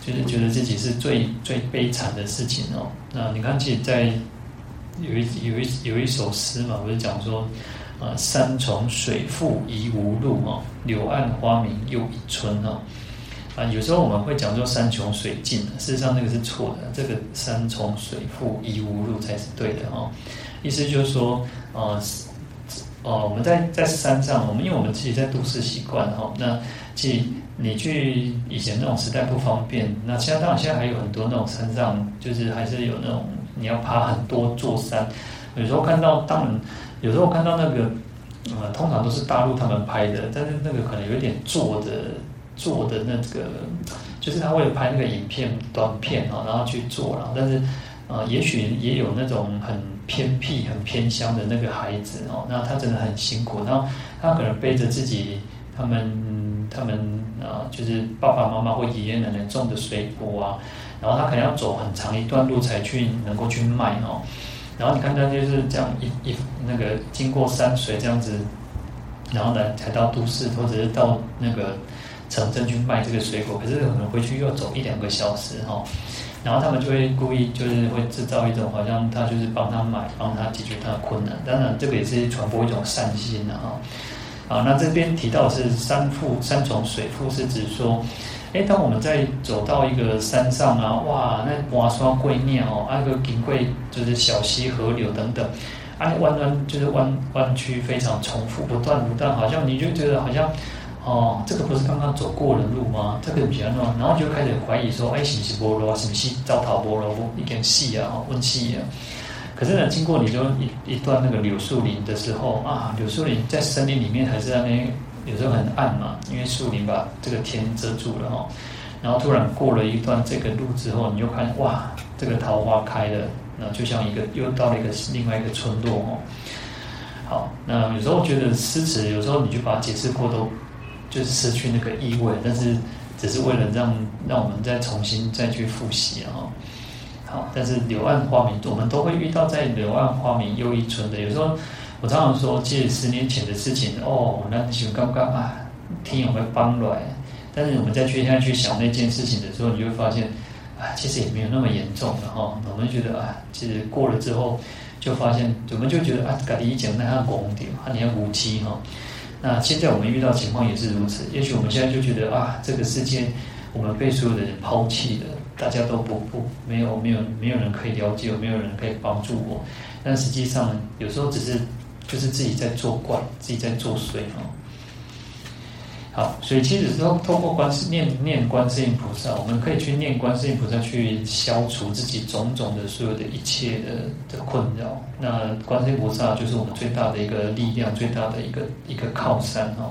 就是觉得自己是最最悲惨的事情哦。那你看，其实在有一有一有一首诗嘛，不是讲说，呃，山重水复疑无路哦，柳暗花明又一村哦。啊，有时候我们会讲说山穷水尽，事实上那个是错的，这个山重水复疑无路才是对的哦。意思就是说，呃，呃，我们在在山上，我们因为我们自己在都市习惯哈，那其实你去以前那种时代不方便，那现在当然现在还有很多那种山上，就是还是有那种你要爬很多座山，有时候看到，当然有时候看到那个，呃，通常都是大陆他们拍的，但是那个可能有点做的。做的那个，就是他为了拍那个影片短片啊，然后去做了，但是呃，也许也有那种很偏僻、很偏乡的那个孩子哦，那他真的很辛苦，然后他可能背着自己他们他们啊、呃，就是爸爸妈妈或爷爷奶奶种的水果啊，然后他可能要走很长一段路才去能够去卖哦，然后你看他就是这样一一那个经过山水这样子，然后呢才到都市或者是到那个城镇去卖这个水果，可是可能回去又走一两个小时哈，然后他们就会故意就是会制造一种好像他就是帮他买，帮他解决他的困难，当然这个也是传播一种善心的哈。好，那这边提到的是山复山重水复，是指说，哎，当我们在走到一个山上啊，哇，那挖刷贵鸟哦，那个景贵就是小溪河流等等，啊，弯弯就是弯弯曲非常重复不断不断，好像你就觉得好像。哦，这个不是刚刚走过的路吗？这个比较乱，然后就开始怀疑说，哎，是不是波罗啊？是不是糟蹋波罗？一点细啊，问细啊。可是呢，经过你就一一段那个柳树林的时候啊，柳树林在森林里面还是在那边，有时候很暗嘛，因为树林把这个天遮住了哈。然后突然过了一段这个路之后，你就看哇，这个桃花开了，那就像一个又到了一个另外一个村落哦。好，那有时候觉得诗词，有时候你就把它解释过都。就是失去那个意味，但是只是为了让让我们再重新再去复习啊。好，但是柳暗花明，我们都会遇到在柳暗花明又一村的。有时候我常常说，其实十年前的事情哦，那就刚刚啊，天有没有帮来？但是我们再去现在去想那件事情的时候，你就会发现，啊，其实也没有那么严重的哈。我们觉得啊，其实过了之后，就发现我们就觉得啊，家己以前那样公掉，啊，你要无期哈。那现在我们遇到情况也是如此，也许我们现在就觉得啊，这个世界我们被所有的人抛弃了，大家都不不没有没有没有人可以了解我，没有人可以帮助我。但实际上有时候只是就是自己在作怪，自己在作祟哦。好，所以其实透透过观世念念观世音菩萨，我们可以去念观世音菩萨，去消除自己种种的所有的一切的的困扰。那观世音菩萨就是我们最大的一个力量，最大的一个一个靠山哦。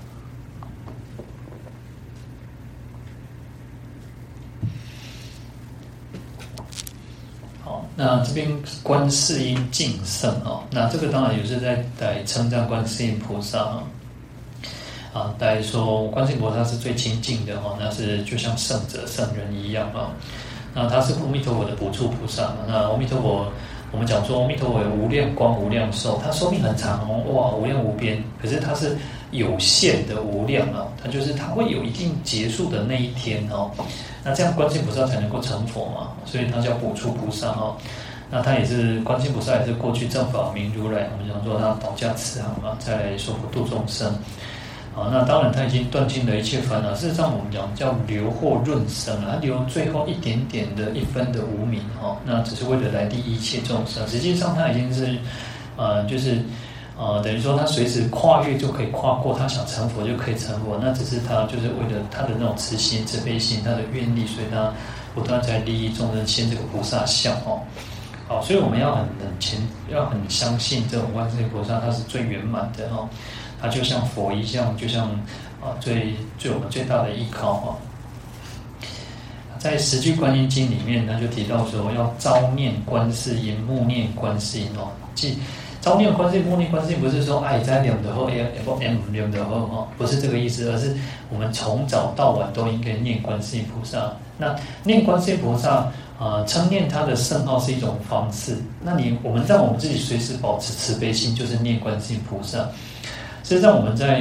好，那这边观世音净圣哦，那这个当然也是在在称赞观世音菩萨啊。啊，大家说观世音菩萨是最亲近的哈，那是就像圣者圣人一样啊。那他是阿弥陀佛的补处菩萨嘛。那阿弥陀佛，我们讲说阿弥陀佛有无量光无量寿，他寿命很长哦，哇，无量无边。可是他是有限的无量啊，他就是他会有一定结束的那一天哦。那这样观世音菩萨才能够成佛嘛，所以他叫补处菩萨哈。那他也是观世音菩萨，也是过去正法明如来，我们讲说他倒驾慈航嘛，再来说普度众生。啊，那当然他已经断尽了一切烦恼。事实上，我们讲叫留或润生啊，他留最后一点点的一分的无明哈，那只是为了来利一切众生。实际上他已经是，呃，就是呃，等于说他随时跨越就可以跨过，他想成佛就可以成佛。那只是他就是为了他的那种慈心、慈悲心，他的愿力，所以他不断在利益众生，现这个菩萨相哦。好，所以我们要很很虔，要很相信这种观世音菩萨，他是最圆满的哦。它就像佛一样，就像啊最最我们最大的依靠啊。在《十句观音经》里面，他就提到说，要朝念观世音，暮念观世音哦。即朝念观世音，暮念观世音，不是说哎在念的后，哎不念念的后哦，不是这个意思，而是我们从早到晚都应该念观世音菩萨。那念观世音菩萨。啊、呃，称念他的圣号是一种方式。那你我们让我们自己随时保持慈悲心，就是念观世音菩萨。事实上，我们在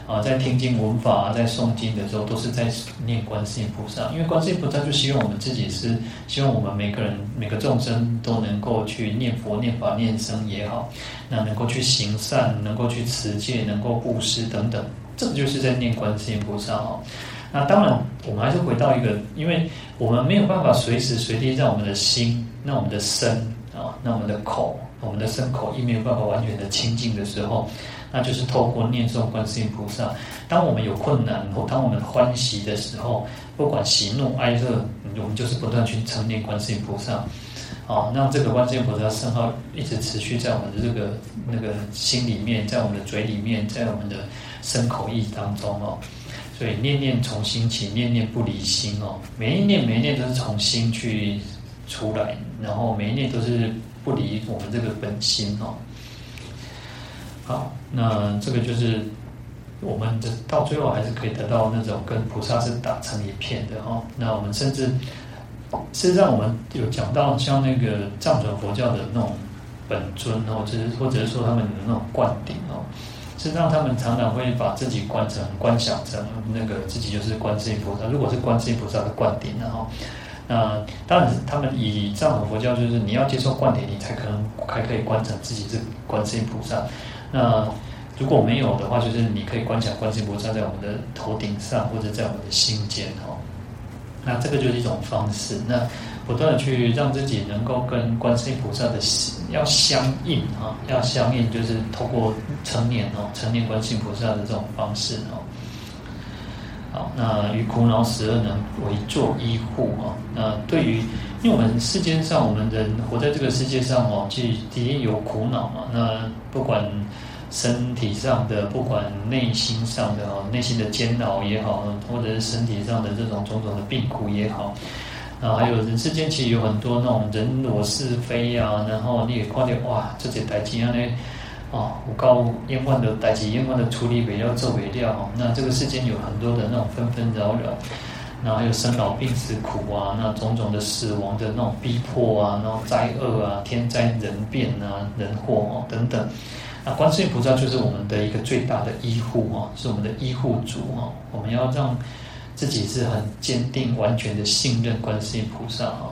啊，在听经闻法、在诵经的时候，都是在念观世音菩萨。因为观世音菩萨就希望我们自己是，希望我们每个人每个众生都能够去念佛、念法、念僧也好，那能够去行善，能够去持戒，能够布施等等，这个就是在念观世音菩萨哦。那当然，我们还是回到一个，因为我们没有办法随时随地让我们的心、让我们的身啊、让我们的口、我们的身口意没有办法完全的清净的时候。那就是透过念诵观世音菩萨。当我们有困难或当我们欢喜的时候，不管喜怒哀乐，我们就是不断去称念观世音菩萨，好，让这个观世音菩萨圣号一直持续在我们的这个那个心里面，在我们的嘴里面，在我们的身口意当中哦。所以念念从心起，念念不离心哦。每一念每一念都是从心去出来，然后每一念都是不离我们这个本心哦。好，那这个就是我们的到最后还是可以得到那种跟菩萨是打成一片的哈。那我们甚至事实上我们有讲到像那个藏传佛教的那种本尊哦，就是或者是说他们的那种灌顶哦，事实上他们常常会把自己观成观想成那个自己就是观世音菩萨。如果是观世音菩萨的灌顶然后。那当然，他们以藏传佛教就是你要接受灌顶，你才可能还可以观成自己是观世音菩萨。那如果没有的话，就是你可以观想观世音菩萨在我们的头顶上，或者在我们的心间哈。那这个就是一种方式。那不断的去让自己能够跟观世音菩萨的要相应啊，要相应，就是透过成念哦，成念观世音菩萨的这种方式哦。好，那于苦恼十二能为作依护哦。那对于，因为我们世间上，我们人活在这个世界上哦，其实一定有苦恼嘛。那不管身体上的，不管内心上的哦，内心的煎熬也好，或者是身体上的这种种种的病苦也好，啊，还有人世间其实有很多那种人我是非啊，然后你也看到哇，这些代志安尼。哦，有够冤枉的代志，冤枉的处理不了，做不了哦。那这个世间有很多的那种纷纷扰扰，然后还有生老病死苦啊，那种种的死亡的那种逼迫啊，然后灾厄啊，天灾人变啊，人祸哦等等。那观世音菩萨就是我们的一个最大的依护哦，是我们的依护主哦。我们要让自己是很坚定、完全的信任观世音菩萨哦。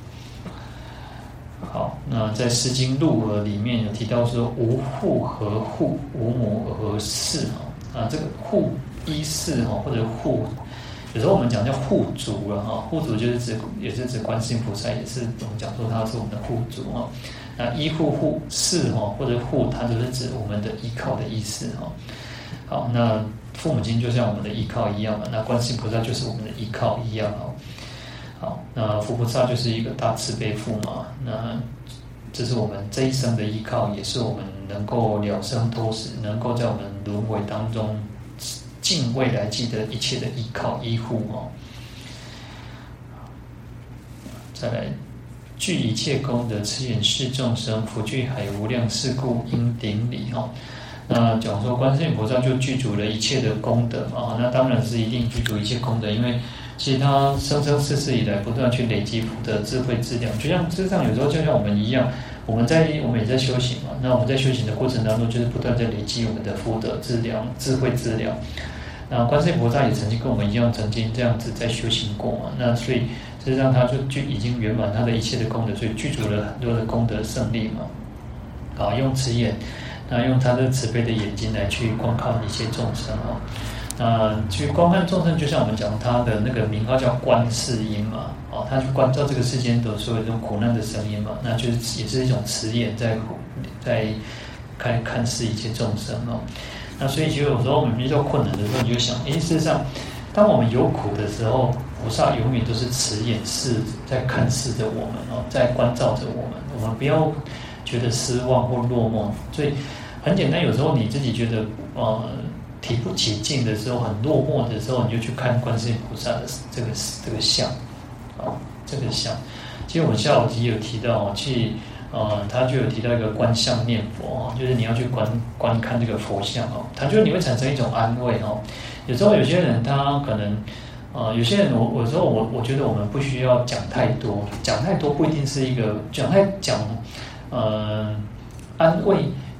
好，那在《诗经·鹿耳》里面有提到说：“无护何护，无母何事。”哈啊，这个护依事哈，或者护，有时候我们讲叫护主了哈。护主就是指，也是指观世音菩萨，也是我们讲说他是我们的护主哈。那依护护事哈，或者护，它就是指我们的依靠的意思哈。好，那父母亲就像我们的依靠一样嘛，那观世音菩萨就是我们的依靠一样哈。好，那佛菩萨就是一个大慈悲父嘛，那这是我们这一生的依靠，也是我们能够了生脱死，能够在我们轮回当中尽未来际的一切的依靠依护哦。再来，具一切功德，慈眼视众生，普具海无量事故，应顶礼哦。那讲说观世音菩萨就具足了一切的功德嘛，那当然是一定具足一切功德，因为其实他生生世世以来不断去累积福德智慧资粮，就像事实上有时候就像我们一样，我们在我们也在修行嘛。那我们在修行的过程当中，就是不断在累积我们的福德资粮、智慧资粮。那观世音菩萨也曾经跟我们一样，曾经这样子在修行过嘛。那所以事实上他就具已经圆满他的一切的功德，所以具足了很多的功德胜利嘛。啊，用慈眼，那用他的慈悲的眼睛来去观看一切众生哦。那去观看众生，就像我们讲他的那个名号叫观世音嘛，哦，他去关照这个世间的所有这种苦难的声音嘛，那就是也是一种慈眼在在看看视一切众生哦。那所以其实有时候我们遇到困难的时候，你就想，诶，事实上，当我们有苦的时候，菩萨永远都是慈眼视在看视着我们哦，在关照着我们，我们不要觉得失望或落寞。所以很简单，有时候你自己觉得呃。提不起劲的时候，很落寞的时候，你就去看观世音菩萨的这个这个像，啊，这个像。其实我们下午也有提到，去呃，他就有提到一个观相念佛啊，就是你要去观观看这个佛像哦，他就你会产生一种安慰哦。有时候有些人他可能呃，有些人我有时候我我觉得我们不需要讲太多，讲太多不一定是一个讲太讲呃安慰。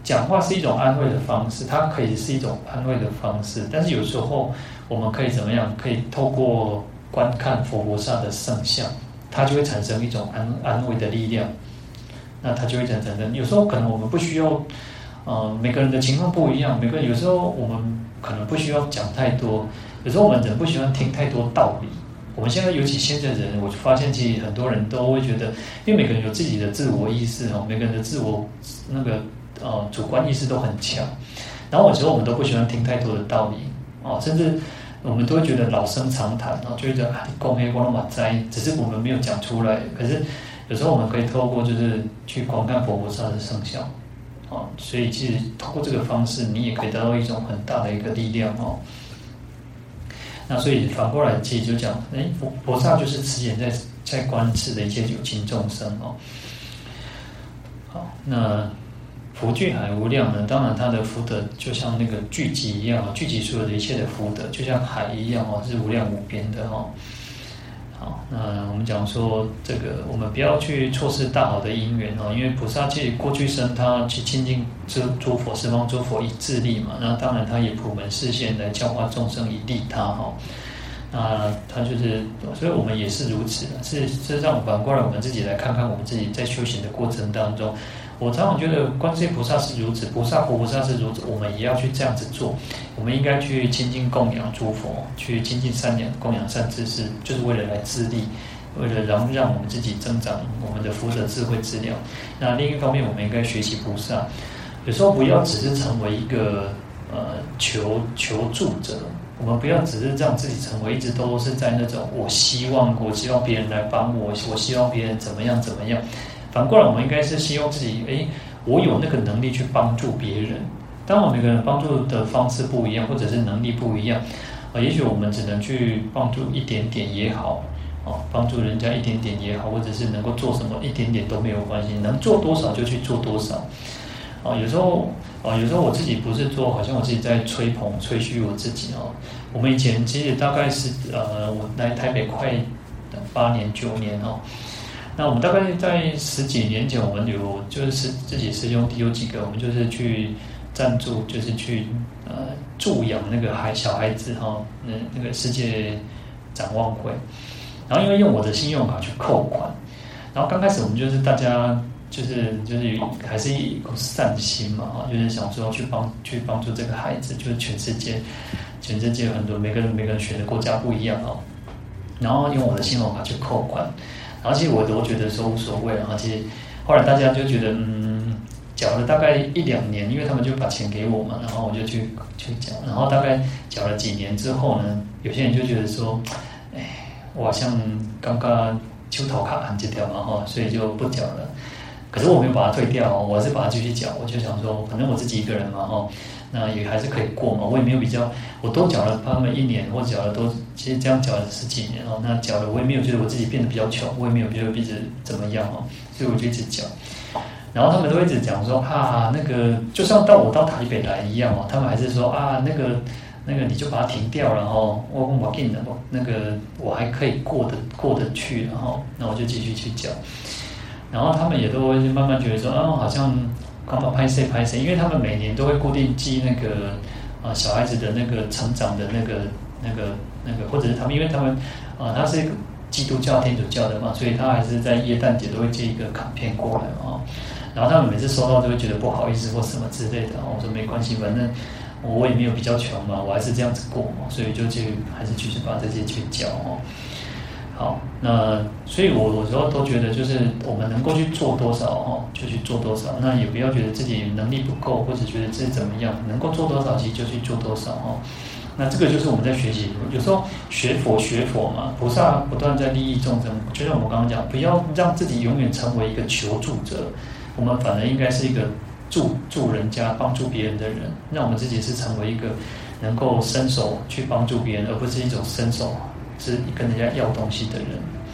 讲话是一种安慰的方式，它可以是一种安慰的方式，但是有时候我们可以怎么样？可以透过观看佛菩萨的圣像，它就会产生一种安安慰的力量。那它就会产生，有时候可能我们不需要，呃，每个人的情况不一样，每个人有时候我们可能不需要讲太多，有时候我们人不喜欢听太多道理。我们现在尤其现在人，我就发现其实很多人都会觉得，因为每个人有自己的自我意识哦，每个人的自我那个呃主观意识都很强，然后有时候我们都不喜欢听太多的道理哦，甚至我们都会觉得老生常谈，然后就会觉得啊，你讲黑光马灾，只是我们没有讲出来。可是有时候我们可以透过就是去观看佛菩萨的圣像，哦，所以其实透过这个方式，你也可以得到一种很大的一个力量哦。那所以反过来，其实就讲，哎，佛菩萨就是持眼在在观视的一切有情众生哦。好，那福聚海无量呢？当然，它的福德就像那个聚集一样，聚集所有的一切的福德，就像海一样哦，是无量无边的哦。好，那我们讲说这个，我们不要去错失大好的因缘哦，因为菩萨其实过去生他去亲近诸诸佛，十方诸佛以自利嘛，那当然他也普门示现来教化众生以利他哈。那他就是，所以我们也是如此的。是，是让反过来我们自己来看看我们自己在修行的过程当中。我常常觉得观世音菩萨是如此，菩萨佛菩萨是如此，我们也要去这样子做。我们应该去亲近供养诸佛，去亲近善良供养善知识，就是为了来自利，为了让让我们自己增长我们的福德智慧资料。那另一方面，我们应该学习菩萨，有时候不要只是成为一个呃求求助者，我们不要只是让自己成为一直都是在那种我希望我希望别人来帮我，我希望别人怎么样怎么样。反过来，我们应该是希望自己，哎，我有那个能力去帮助别人。当然，每个人帮助的方式不一样，或者是能力不一样，啊，也许我们只能去帮助一点点也好，哦，帮助人家一点点也好，或者是能够做什么一点点都没有关系，能做多少就去做多少。啊，有时候，啊，有时候我自己不是做，好像我自己在吹捧、吹嘘我自己哦。我们以前其实大概是，呃，我来台北快八年、九年哦。那我们大概在十几年前，我们有就是自己师兄弟有几个，我们就是去赞助，就是去呃助养那个孩小孩子哈，那那个世界展望会。然后因为用我的信用卡去扣款，然后刚开始我们就是大家就是就是还是一股善心嘛哈，就是想说去帮去帮助这个孩子，就是全世界全世界很多每个人每个人选的国家不一样哦，然后用我的信用卡去扣款。然后其实我都觉得说无所谓，然后其实后来大家就觉得嗯，缴了大概一两年，因为他们就把钱给我嘛，然后我就去去缴，然后大概缴了几年之后呢，有些人就觉得说，哎，我好像刚刚秋头卡含这条嘛哈，所以就不缴了。可是我没有把它退掉哦，我还是把它继续缴。我就想说，反正我自己一个人嘛哈，那也还是可以过嘛。我也没有比较，我多缴了他们一年，或缴了多，其实这样缴了十几年哦。那缴了我也没有觉得我自己变得比较穷，我也没有觉得一直怎么样哦，所以我就一直缴。然后他们都一直讲说啊，那个就像到我到台北来一样哦，他们还是说啊，那个那个你就把它停掉了哦，我我给你的，那个我还可以过得过得去，然后那我就继续去缴。然后他们也都会慢慢觉得说，啊，好像刚刚拍摄拍摄，因为他们每年都会固定记那个啊、呃、小孩子的那个成长的那个那个那个，或者是他们，因为他们啊、呃、他是一个基督教天主教的嘛，所以他还是在耶诞节都会寄一个卡片过来嘛。然后他们每次收到都会觉得不好意思或什么之类的，我说没关系，反正我也没有比较穷嘛，我还是这样子过嘛，所以就去还是继续把这些去交哦。好，那所以我有时候都觉得，就是我们能够去做多少哦，就去做多少。那也不要觉得自己能力不够，或者觉得自己怎么样，能够做多少，其实就去做多少哦。那这个就是我们在学习，有时候学佛学佛嘛，菩萨不断在利益众生。就像我们刚刚讲，不要让自己永远成为一个求助者，我们反而应该是一个助助人家、帮助别人的人，让我们自己是成为一个能够伸手去帮助别人，而不是一种伸手是跟人家要东西的人。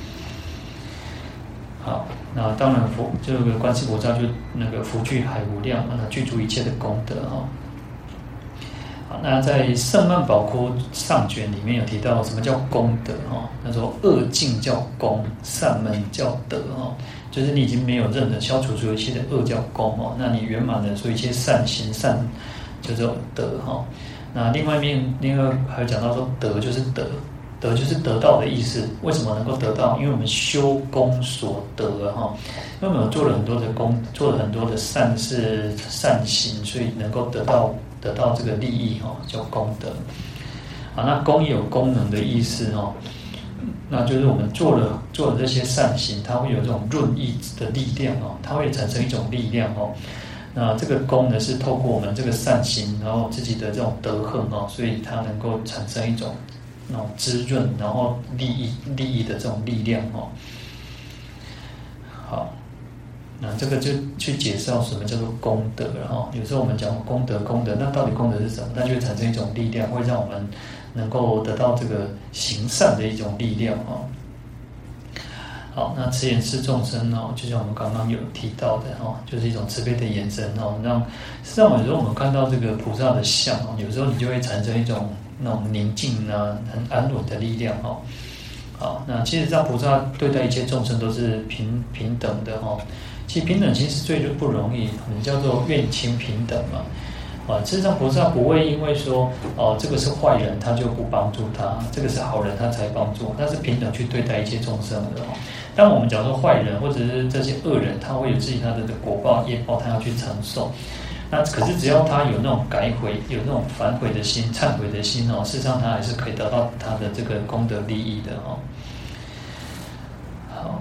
好，那当然佛这个观世菩萨就那个福聚海无量，那具足一切的功德哈。 好，那在圣曼宝窟上卷里面有提到什么叫功德哈？他说恶境叫功，善门叫德哈，就是你已经没有任何消除所有一切的恶叫功哦，那你圆满的所有一切善行善叫做德哈。那另外一面，另外还有讲到说德就是得，得就是得到的意思。为什么能够得到？因为我们修功所得哈，因为我们做了很多的功，做了很多的善事善行，所以能够得到。得到这个利益哈，叫功德。啊，那功也有功能的意思哈，那就是我们做了做了这些善行，它会有这种润益的力量哦，它会产生一种力量哦。那这个功呢，是透过我们这个善行，然后自己的这种德行哦，所以它能够产生一种那种滋润，然后利益利益的这种力量哦。好。那这个就去介绍什么叫做功德了哈。有时候我们讲功德，功德，那到底功德是什么？那就会产生一种力量，会让我们能够得到这个行善的一种力量哈。好，那慈眼视众生哦，就像我们刚刚有提到的哈，就是一种慈悲的眼神哦，让实际上有时候我们看到这个菩萨的像哦，有时候你就会产生一种那种宁静啊、很安稳的力量哈。好，那其实让菩萨对待一切众生都是平平等的哈。其实平等心是最不容易，我们叫做愿亲平等嘛。啊，事实上菩萨不会因为说哦这个是坏人，他就不帮助他；这个是好人，他才帮助。他是平等去对待一切众生的哦。当我们讲说坏人或者是这些恶人，他会有自己他的果报业报，他要去承受。那可是只要他有那种改悔、有那种反悔的心、忏悔的心哦，事实上他还是可以得到他的这个功德利益的哦。好。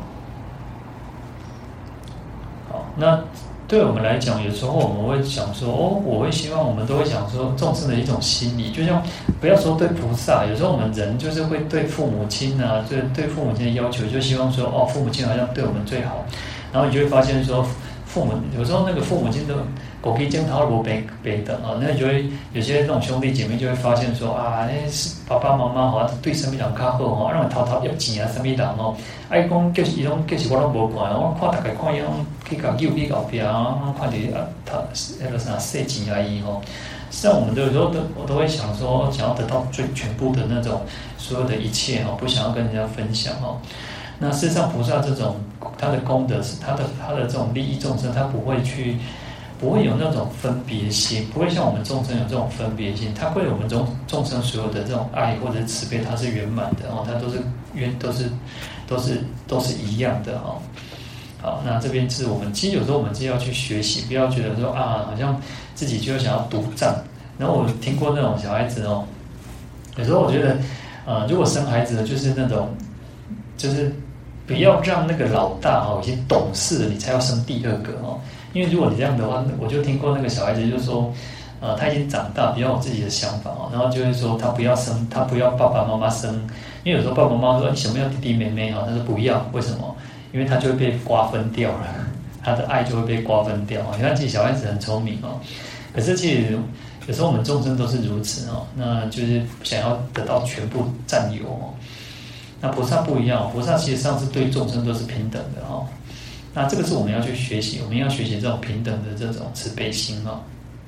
好，那对我们来讲，有时候我们会想说，哦，我会希望我们都会想说，众生的一种心理，就像不要说对菩萨，有时候我们人就是会对父母亲啊，对对父母亲的要求，就希望说，哦，父母亲好像对我们最好，然后你就会发现说，父母有时候那个父母亲的狗屁经他不背背的啊，那你就会有些那种兄弟姐妹就会发现说啊，那是爸爸妈妈好像对什么人较好吼，让偷偷要钱啊，什么人哦，爱讲就是伊拢就是我拢无看，我看大概看伊拢去搞救去搞边啊，看着啊，他那个啥塞钱而已吼。像我们有时候都我都会想说，想要得到最全部的那种所有的一切哦，不想要跟人家分享哦。那事实上，菩萨这种他的功德是他的他的这种利益众生，他不会去。不会有那种分别心，不会像我们众生有这种分别心，它会有我们众众生所有的这种爱或者慈悲，它是圆满的哦，它都是圆，都是都是都是一样的哦。好，那这边是我们其实有时候我们就要去学习，不要觉得说啊，好像自己就想要独占。然后我听过那种小孩子哦，有时候我觉得，呃，如果生孩子就是那种，就是不要让那个老大哦已经懂事了，你才要生第二个哦。因为如果你这样的话，我就听过那个小孩子就说，呃，他已经长大，比较有自己的想法哦，然后就会说他不要生，他不要爸爸妈妈生，因为有时候爸爸妈妈说你想不要弟弟妹妹哈，他说不要，为什么？因为他就会被瓜分掉了，他的爱就会被瓜分掉啊。你看，其实小孩子很聪明哦，可是其实有时候我们众生都是如此哦，那就是想要得到全部占有哦。那菩萨不一样，菩萨其实上是对众生都是平等的哦。那这个是我们要去学习，我们要学习这种平等的这种慈悲心啊。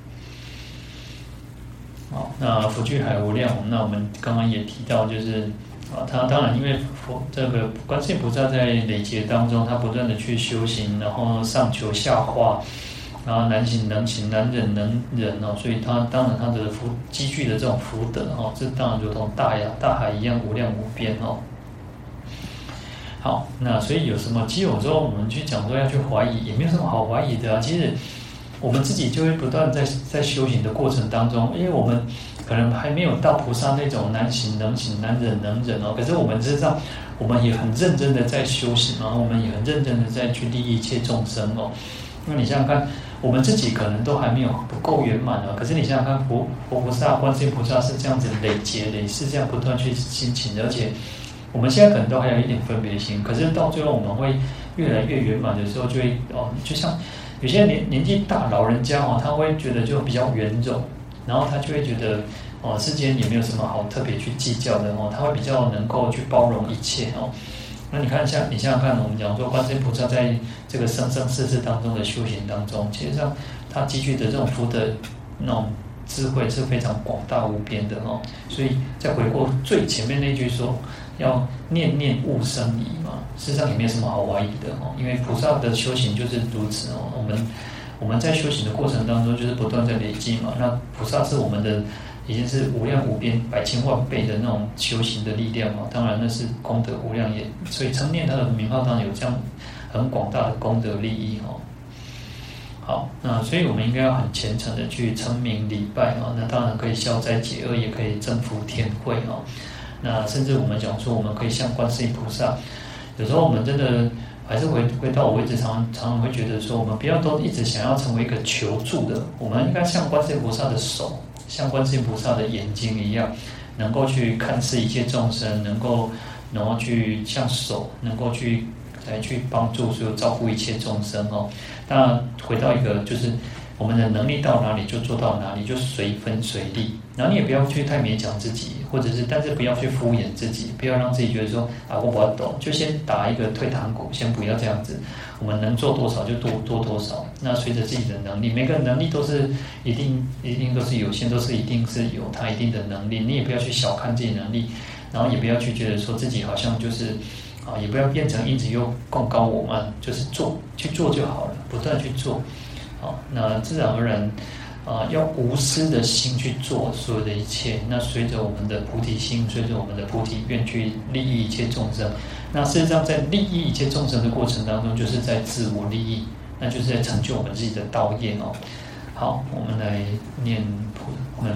好，那福聚海无量，那我们刚刚也提到，就是啊，他当然因为佛这个观世音菩萨在累劫当中，他不断的去修行，然后上求下化，然后难行能行，难忍能忍哦，所以他当然他的福积聚的这种福德哦，这当然如同大呀大海一样无量无边哦。好，那所以有什么？其实有时候我们去讲说要去怀疑，也没有什么好怀疑的啊。其实我们自己就会不断在在修行的过程当中，因为我们可能还没有到菩萨那种难行能行、难忍能忍哦。可是我们事实上，我们也很认真的在修行，然后我们也很认真的在去利益一切众生哦。那你想想看，我们自己可能都还没有不够圆满哦。可是你想想看，佛佛菩萨、观世音菩萨是这样子累劫累世这样不断去辛勤的，而且。我们现在可能都还有一点分别心，可是到最后我们会越来越圆满的时候，就会哦，就像有些年年纪大老人家哦，他会觉得就比较圆融，然后他就会觉得哦，世间也没有什么好特别去计较的哦，他会比较能够去包容一切哦。那你看像你想想看，我们讲说观世音菩萨在这个生生世世当中的修行当中，其实上他积聚的这种福德那种智慧是非常广大无边的哦。所以再回过最前面那句说，要念念勿生疑嘛，事实上也没有什么好怀疑的哦，因为菩萨的修行就是如此哦。我们我们在修行的过程当中，就是不断在累积嘛。那菩萨是我们的已经是无量无边、百千万倍的那种修行的力量嘛，当然那是功德无量也。所以称念他的名号，当然有这样很广大的功德利益哦。好，那所以我们应该要很虔诚的去称名礼拜啊，那当然可以消灾解厄，也可以增福天慧啊。那甚至我们讲说，我们可以向观世音菩萨，有时候我们真的还是回回到我一直常常常会觉得说，我们不要都一直想要成为一个求助的，我们应该像观世音菩萨的手，像观世音菩萨的眼睛一样，能够去看视一切众生，能够然后去像手，能够去来去帮助所有照顾一切众生哦。当然回到一个就是我们的能力到哪里就做到哪里，就随分随力。然后你也不要去太勉强自己，或者是但是不要去敷衍自己，不要让自己觉得说啊我不要懂，就先打一个退堂鼓，先不要这样子。我们能做多少就多多多少。那随着自己的能力，每个人能力都是一定一定都是有限，都是一定是有他一定的能力。你也不要去小看自己的能力，然后也不要去觉得说自己好像就是。啊，也不要变成一直又更高我慢，就是做去做就好了，不断去做，好，那自然而然，啊，要无私的心去做所有的一切。那随着我们的菩提心，随着我们的菩提愿去利益一切众生。那事实上，在利益一切众生的过程当中，就是在自我利益，那就是在成就我们自己的道业哦。好，我们来念普，我们。